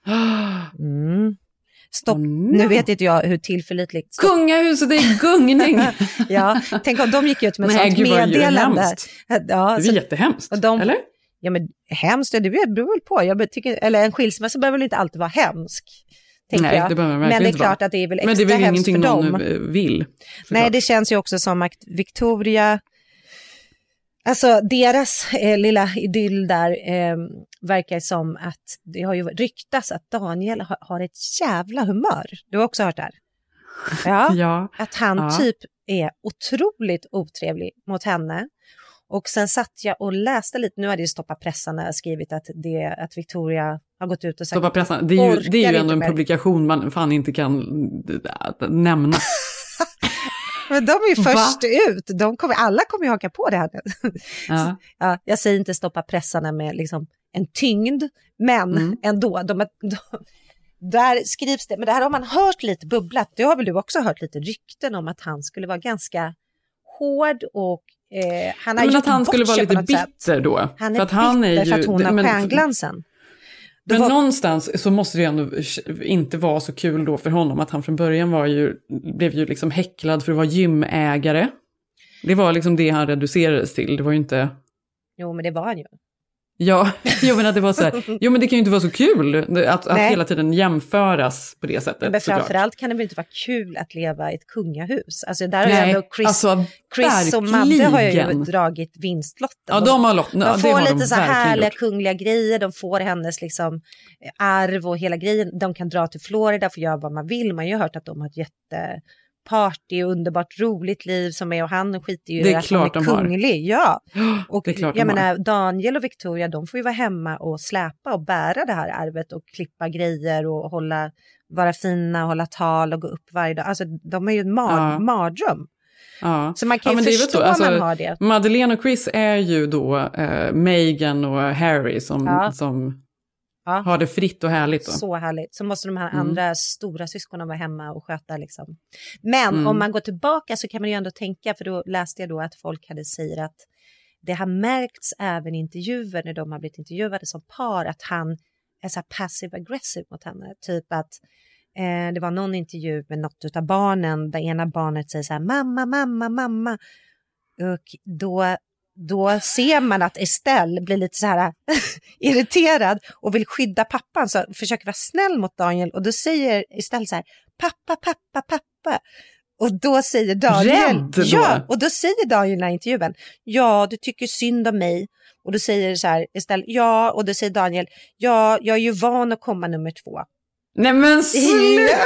Stopp. Nu vet inte jag hur tillförlitligt. Kungahuset är gungning. Ja, tänk om de gick ut med sånt meddelande. Ja, det är jättehemskt, eller? Ja, men hemskt, det beror väl på. Jag tycker, eller en skilsmässa behöver väl inte alltid vara hemsk. Nej, det behöver man verkligen men det är inte klart vara. att det är väl extra men det är väl hemskt ingenting för dem. någon vill. Nej, det känns ju också som att Victoria, alltså deras lilla idyll där verkar som att det har ju ryktats att Daniel har ett jävla humör. Du har också hört det här? Ja. Att han typ är otroligt otrevlig mot henne. Och sen satt jag och läste lite, nu hade ju Stoppa pressarna skrivit att Victoria har gått ut och sagt... Stoppa pressarna, det är ju ändå en publikation man fan inte kan nämna. Men de är ju först ut, alla kommer ju haka på det här nu. Ja, jag säger inte Stoppa pressarna med liksom en tyngd, men ändå, där skrivs det, men det här har man hört lite bubblat, det har väl du också hört lite rykten om att han skulle vara ganska hård och han har att han skulle vara lite bitter då. Han är för att han är ju, för att hon har stjärnglansen. Men någonstans så måste det ändå inte vara så kul då för honom att han från början blev ju liksom häcklad för att vara gymägare. Det var liksom det han reducerades till. Det var ju inte... Jo, men det var han ju. Ja, jag menar att det var så här, men det kan ju inte vara så kul att hela tiden jämföras på det sättet. Men framförallt kan det väl inte vara kul att leva i ett kungahus. Alltså där har ju ändå Chris och Madde har ju dragit vinstlotten. Ja, de får lite så härliga kungliga grejer, de får hennes liksom arv och hela grejen. De kan dra till Florida för att göra vad man vill. Man har ju hört att de har ett jätteparty och underbart roligt liv som är, och han skiter ju i att de är kunglig. Ja. Och jag menar, Daniel och Victoria, de får ju vara hemma och släpa och bära det här arvet och klippa grejer och vara fina och hålla tal och gå upp varje dag. Alltså de är ju en mardröm. Ja. Så man kan ju förstå om man har det. Madeleine och Chris är ju då Meghan och Harry som har det fritt och härligt då. Så härligt. Så måste de här andra stora syskonen vara hemma och sköta liksom. Men om man går tillbaka så kan man ju ändå tänka, för då läste jag då att folk hade sagt att det har märkts även i intervjuer när de har blivit intervjuade som par att han är så här passive aggressive mot henne. Typ att det var någon intervju med något av barnen där ena barnet säger så här mamma. Och då ser man att Estelle blir lite så här irriterad och vill skydda pappan, så försöker vara snäll mot Daniel, och då säger Estelle så här pappa. Och då säger Daniel, och då säger Daniel i den här intervjun, ja, du tycker synd om mig. Och då säger så här Estelle, ja, och då säger Daniel, ja, jag är ju van att komma nummer 2. Nej men sluta!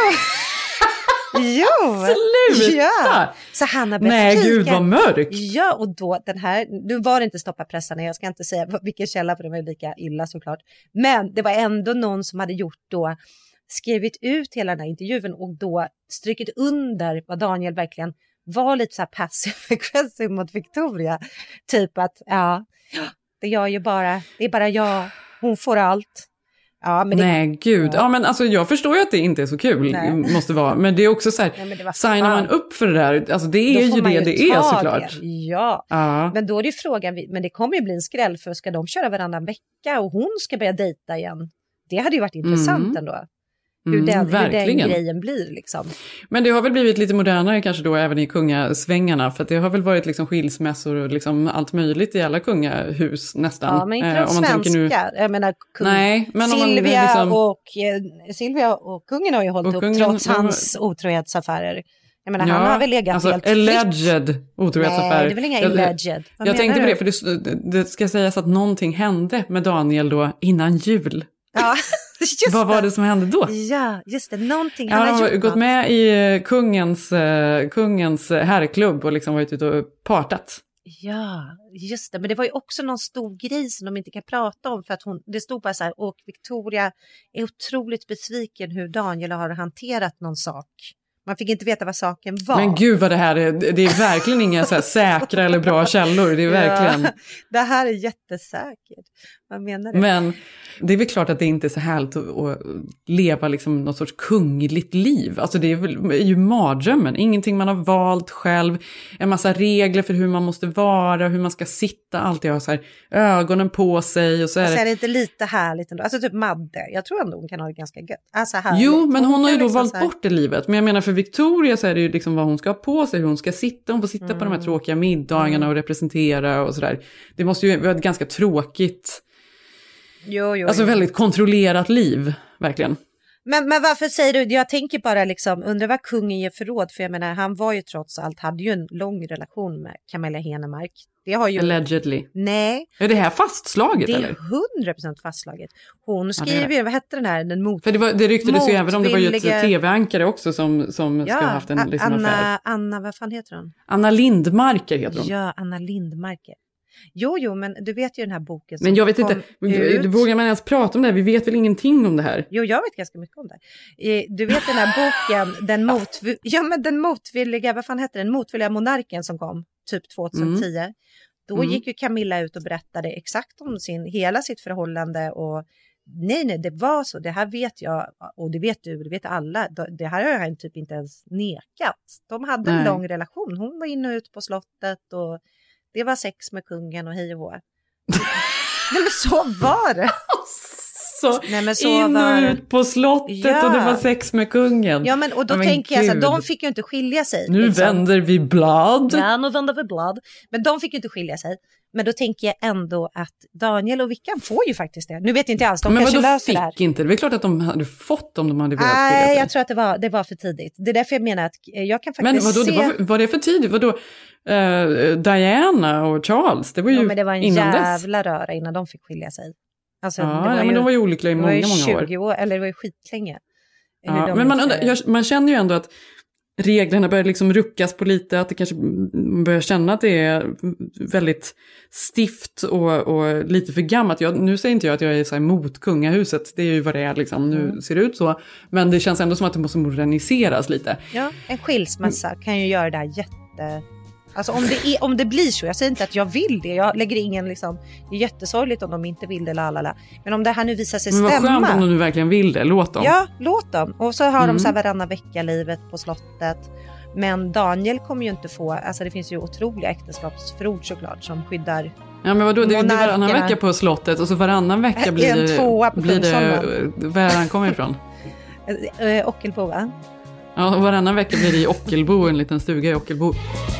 Jo, sluta! Ja. Så han har nej, gud vad mörkt. Ja, och då den här, nu var det inte Stoppa pressarna, jag ska inte säga vilken källa för de är lika illa såklart. Men det var ändå någon som hade skrivit ut hela den här intervjun och då strykit under vad Daniel verkligen var lite så här passive aggressive mot Victoria. Typ att, det är bara jag, hon får allt. Ja, men nej, gud. Ja, men alltså jag förstår ju att det inte är så kul, måste vara. Men det är också så här, signar man upp för det där, alltså det är ju det är såklart. Ja, men då är det ju frågan, men det kommer ju bli en skräll, för ska de köra varannan vecka och hon ska börja dejta igen? Det hade ju varit intressant ändå. Hur den grejen blir liksom. Men det har väl blivit lite modernare kanske då även i kungasvängarna, för att det har väl varit liksom skilsmässor och liksom allt möjligt i alla kungahus nästan. Ja, men inte de svenska. Jag menar, Silvia och kungen har ju hållit upp trots hans otrohetsaffärer. Jag menar, han har väl legat helt alleged otrohetsaffärer. Nej, det är väl inga alleged. Jag tänkte på det, för det ska sägas att någonting hände med Daniel då innan jul. Ja, vad var det som hände då? Ja, just det. Någonting. Han har gått med i kungens herrklubb och liksom varit ute och partat. Ja, just det. Men det var ju också någon stor grej som de inte kan prata om. För att det stod bara så här, och Victoria är otroligt besviken hur Daniel har hanterat någon sak. Man fick inte veta vad saken var. Men gud vad det här är. Det är verkligen inga så här säkra eller bra källor. Det är verkligen... Ja, det här är jättesäkert. Vad menar du? Men det är väl klart att det inte är så härligt att leva liksom något sorts kungligt liv. Alltså det är ju mardrömmen. Ingenting man har valt själv. En massa regler för hur man måste vara. Hur man ska sitta. Alltid ha så här ögonen på sig. Och så är det inte lite härligt ändå. Alltså typ Madde. Jag tror ändå hon kan ha det ganska gött. Alltså jo, men hon har ju då liksom valt bort det livet. Men jag menar för Victoria så är det ju liksom vad hon ska ha på sig. Hur hon ska sitta. Hon får sitta på de här tråkiga middagarna och representera och sådär. Det måste ju vara ett ganska tråkigt... Alltså väldigt kontrollerat liv, verkligen. Men varför säger du, jag tänker bara liksom, undrar vad kungen ger för råd, för jag menar, han var ju trots allt, hade ju en lång relation med Camilla Henemark. Det har ju... Allegedly. Nej. Är det här fastslaget det eller? Det är 100% fastslaget. Hon skriver ju, vad hette den här? För det ryktades ju även om det var ju ett tv-ankare också som ska ha haft en liksom affär. Anna, vad fan heter hon? Anna Lindmarker heter hon. Ja, Anna Lindmarker. Jo, men du vet ju den här boken som men jag vet inte, vågar man ens prata om det här? Vi vet väl ingenting om det här? Jo, jag vet ganska mycket om det. Du vet den här boken, den motvilliga, vad fan heter den? Motvilliga monarken som kom typ 2010. Då gick ju Camilla ut och berättade exakt om hela sitt förhållande och nej, det var så. Det här vet jag och det vet du, det vet alla. Det här har jag typ inte ens nekat. De hade en lång relation. Hon var inne och ut på slottet och det var sex med kungen och hej och hå. Nej, men så var det. Så in och ut på slottet och det var sex med kungen. Ja, men och då tänker jag så här, de fick ju inte skilja sig. Nu liksom. Vänder vi blad. Ja, nu vänder vi blad. Men de fick ju inte skilja sig. Men då tänker jag ändå att Daniel och Vickan får ju faktiskt det. Nu vet jag inte alls, de men kanske löser det här. Men fick inte? Det är klart att de hade fått om de hade velat skilja sig. Nej, jag tror att det var för tidigt. Det är därför jag menar att jag kan faktiskt se... Men vadå, var det för tidigt? Vadå? Diana och Charles, det var ju men det var en jävla röra innan de fick skilja sig. Alltså, men de var ju olyckliga i många år. 20 år. Eller det var ju skitlänge. Ja, men man känner ju ändå att reglerna börjar liksom ruckas på lite, att det kanske börjar känna att det är väldigt stift och lite för gammalt. Nu säger inte jag att jag är så här emot kungahuset, det är ju vad det är liksom, nu ser det ut så. Men det känns ändå som att det måste moderniseras lite. Ja, en skilsmässa kan ju göra det här Alltså om det blir så, jag säger inte att jag vill det, jag lägger ingen liksom, det är jättesorgligt om de inte vill det, lalala. Men om det här nu visar sig stämma. Men vad skönt om de nu verkligen vill det, låt dem. Ja, låt dem. Och så har de så här varannan vecka livet på slottet. Men Daniel kommer ju inte få, alltså det finns ju otroliga äktenskapsförord såklart som skyddar. Ja, men vadå, det är varannan vecka på slottet och så varannan vecka blir det var han kommer ifrån? Ockelbo, va? Ja, varannan vecka blir det i Ockelbo, en liten stuga i Ockelbo.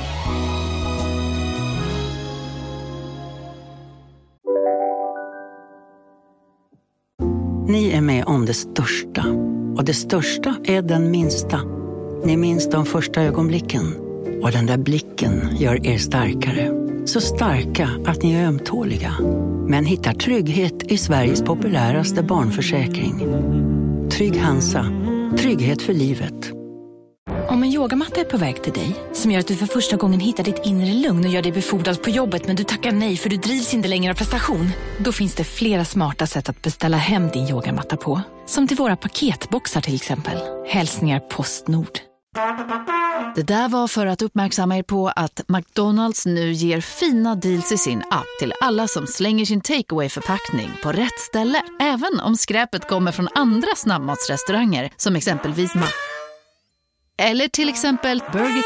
Ni är med om det största. Och det största är den minsta. Ni minns de första ögonblicken. Och den där blicken gör er starkare. Så starka att ni är ömtåliga. Men hittar trygghet i Sveriges populäraste barnförsäkring. Trygg Hansa. Trygghet för livet. Om en yogamatta är på väg till dig, som gör att du för första gången hittar ditt inre lugn och gör dig befordrad på jobbet men du tackar nej för du drivs inte längre av prestation. Då finns det flera smarta sätt att beställa hem din yogamatta på. Som till våra paketboxar till exempel. Hälsningar Postnord. Det där var för att uppmärksamma er på att McDonalds nu ger fina deals i sin app till alla som slänger sin takeaway-förpackning på rätt ställe. Även om skräpet kommer från andra snabbmatsrestauranger som exempelvis eller till exempel Burger.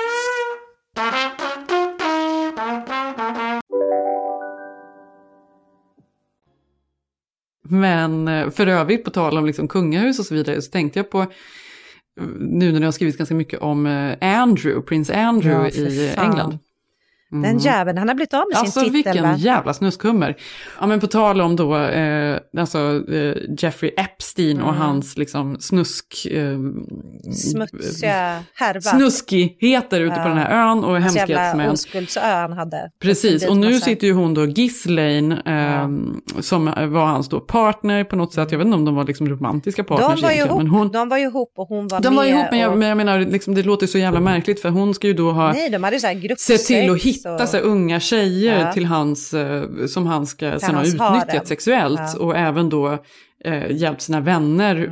Men för övrigt på tal om liksom kungahus och så vidare så tänkte jag på nu när jag har skrivit ganska mycket om Prins Andrew i England. Den jäveln, han har blivit av med sin titel. Alltså vilken jävla snuskummer. Ja, men på tal om då Jeffrey Epstein och hans liksom smutsiga härva. Snuskigheter ute på den här ön och hemskheter som jävla oskuldsö han hade. Precis, och nu sitter ju hon då Ghislaine som var hans då partner på något sätt. Jag vet inte om de var liksom romantiska partners. De var ju ihop och hon var med. De var ihop, men jag menar liksom, det låter så jävla märkligt för hon ska ju då ha de hade så här sett till att hitta hitta så unga tjejer till hans, som han ska sen ha utnyttjat sexuellt. Och även då hjälpt sina vänner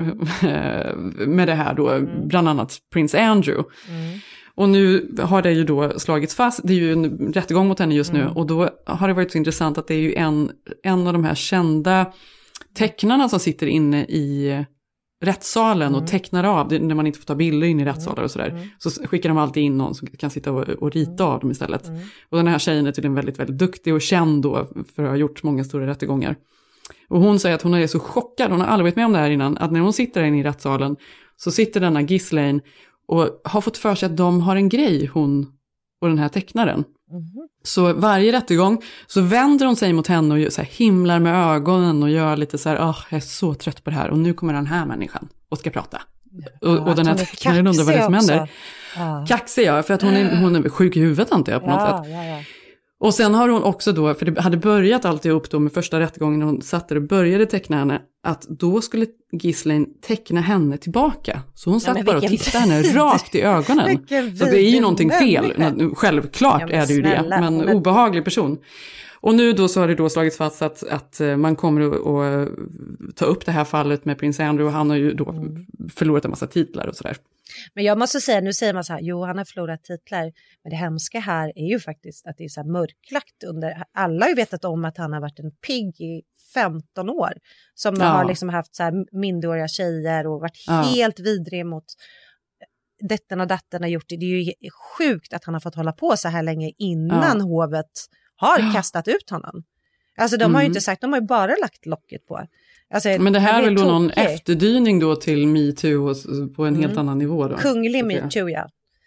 med det här då, bland annat Prince Andrew. Och nu har det ju då slagits fast, det är ju en rättegång mot henne just nu, och då har det varit så intressant att det är ju en av de här kända tecknarna som sitter inne i rättssalen och tecknar av, när man inte får ta bilder in i rättssalar och sådär, så skickar de alltid in någon som kan sitta och rita av dem istället. Och den här tjejen är tydligen väldigt, väldigt duktig och känd då för att ha gjort många stora rättegångar. Och hon säger att hon är så chockad, hon har aldrig varit med om det här innan, att när hon sitter inne i rättssalen så sitter denna Ghislaine och har fått för sig att de har en grej, hon och den här tecknaren. Så varje rättegång så vänder hon sig mot henne och så här himlar med ögonen och gör lite så här, jag är så trött på det här och nu kommer den här människan och ska prata. Och den här tecknaren undrar vad det som händer. Kaxig, ja, för att hon är sjuk i huvudet antar jag på något sätt. Och sen har hon också då, för det hade börjat alltid upp då med första rättegången när hon satt där och började teckna henne, att då skulle Ghislaine teckna henne tillbaka. Så hon satt bara och tittade henne rakt i ögonen. Så det är ju någonting fel. Självklart är det ju det, men obehaglig person. Och nu då så har det då slagits fast att man kommer att ta upp det här fallet med Prince Andrew, och han har ju då förlorat en massa titlar och sådär. Men jag måste säga, nu säger man så här, jo han har förlorat titlar, men det hemska här är ju faktiskt att det är så här mörklagt under, alla har ju vetat om att han har varit en pigg i 15 år, som har liksom haft så här minderåriga tjejer och varit helt vidrig mot detten och datten har gjort det. Det är ju sjukt att han har fått hålla på så här länge innan hovet har kastat ut honom. Alltså de har ju inte sagt, de har ju bara lagt locket på. Alltså, men det här är väl då någon efterdyning då till MeToo på en helt annan nivå då? Kunglig MeToo, ja.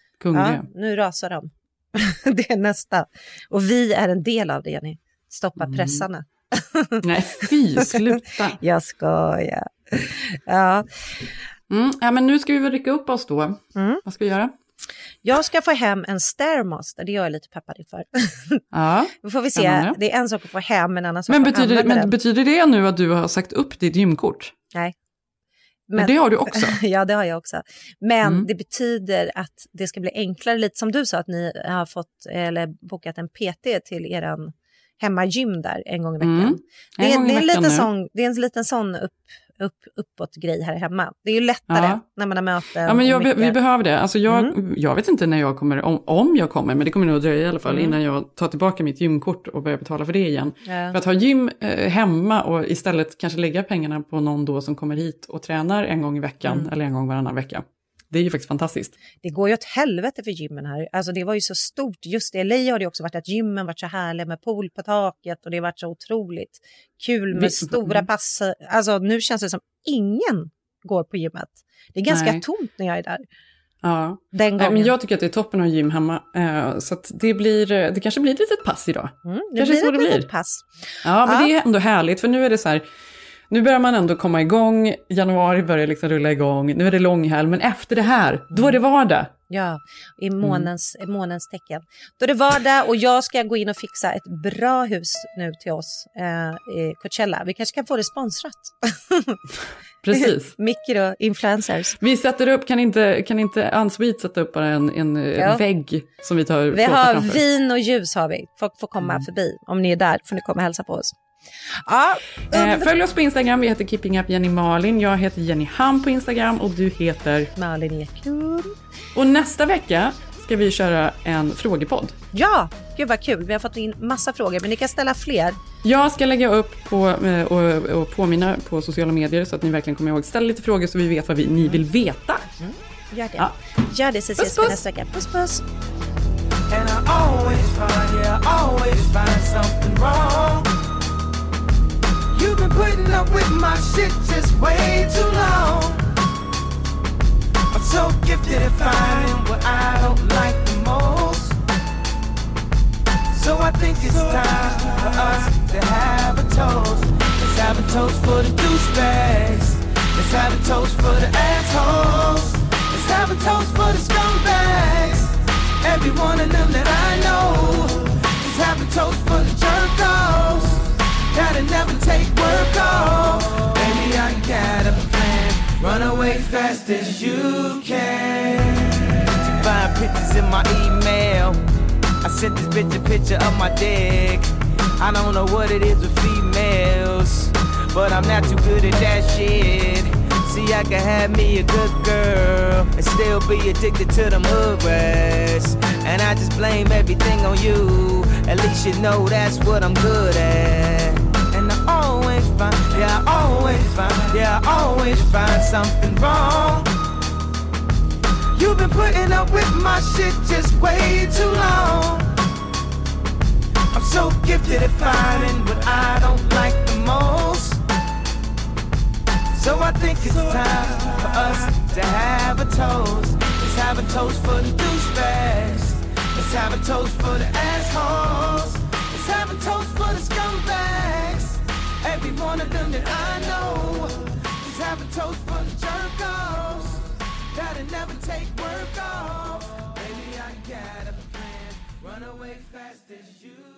Nu rasar de. Det är nästa. Och vi är en del av det, Jenny. Stoppa pressarna. Nej, fy, sluta. Jag skojar. Ja. Ja, men nu ska vi väl rycka upp oss då. Vad ska vi göra? Jag ska få hem en Stairmaster, det är jag lite peppad för. Ja. Då får vi se, det är en sak att få hem, en annan sak men att betyder det nu att du har sagt upp ditt gymkort? Nej. Men det har du också? Ja, det har jag också. Men det betyder att det ska bli enklare, lite som du sa, att ni har fått eller bokat en PT till eran hemmagym där en gång i veckan. Det är en liten sån uppåt grej här hemma. Det är ju lättare när man har möten. Ja, men vi behöver det. Alltså jag vet inte när jag kommer, om jag kommer, men det kommer nog dröja i alla fall innan jag tar tillbaka mitt gymkort och börjar betala för det igen. För att ha gym hemma och istället kanske lägga pengarna på någon då som kommer hit och tränar en gång i veckan eller en gång varannan vecka. Det är ju faktiskt fantastiskt. Det går ju åt helvete för gymmen här. Alltså det var ju så stort. Just i LA har det också varit att gymmen varit så härliga med pool på taket. Och det har varit så otroligt kul med stora pass. Alltså nu känns det som ingen går på gymmet. Det är ganska tomt när jag är där. Ja, men jag tycker att det är toppen av gym hemma. Så att det kanske blir ett litet pass idag. Det blir ett litet pass. Ja, men det är ändå härligt. För nu är det så här... Nu börjar man ändå komma igång, januari börjar liksom rulla igång, nu är det långhelg, men efter det här, då är det vardag. Ja, i månens tecken. Då är det vardag och jag ska gå in och fixa ett bra hus nu till oss i Coachella. Vi kanske kan få det sponsrat. Precis. Mikroinfluencers. Vi sätter upp, kan inte Unsweet sätta upp bara en vägg som vi tar. Vi har framför. Vin och ljus har vi. Folk får komma förbi. Om ni är där får ni komma och hälsa på oss. Ja, följ oss på Instagram, vi heter Keeping Up Jenny Malin. Jag heter Jenny Ham på Instagram och du heter Malin Eklund. Och nästa vecka ska vi köra en frågepodd. Ja, gud vad kul, vi har fått in massa frågor, men ni kan ställa fler. Jag ska lägga upp på och påminna på sociala medier så att ni verkligen kommer ihåg. Ställ lite frågor så vi vet vad ni vill veta. Gör det, gör det, så ses vi nästa vecka. Puss puss. And I always find something wrong. You've been putting up with my shit just way too long. I'm so gifted at finding what I don't like the most. So I think it's time for us to have a toast. Let's have a toast for the douchebags. Let's have a toast for the assholes. Let's have a toast for the scumbags. Every one of them that I know. Let's have a toast for the jerk-offs. Gotta never take work off. Baby, I got a plan. Run away fast as you can. Find pictures in my email. I sent this bitch a picture of my dick. I don't know what it is with females, but I'm not too good at that shit. See, I can have me a good girl and still be addicted to them hood rats. And I just blame everything on you. At least you know that's what I'm good at. And I always find, yeah, I always find, yeah, I always find something wrong. You've been putting up with my shit just way too long. I'm so gifted at finding what I don't like the most. So I think it's time for us to have a toast. Let's have a toast for the douchebags. Let's have a toast for the assholes. Let's have a toast for the scumbags. Every one of them that I know. Let's have a toast for the jerk-offs that'll never take work off. Baby, I got a plan. Run away fast as you.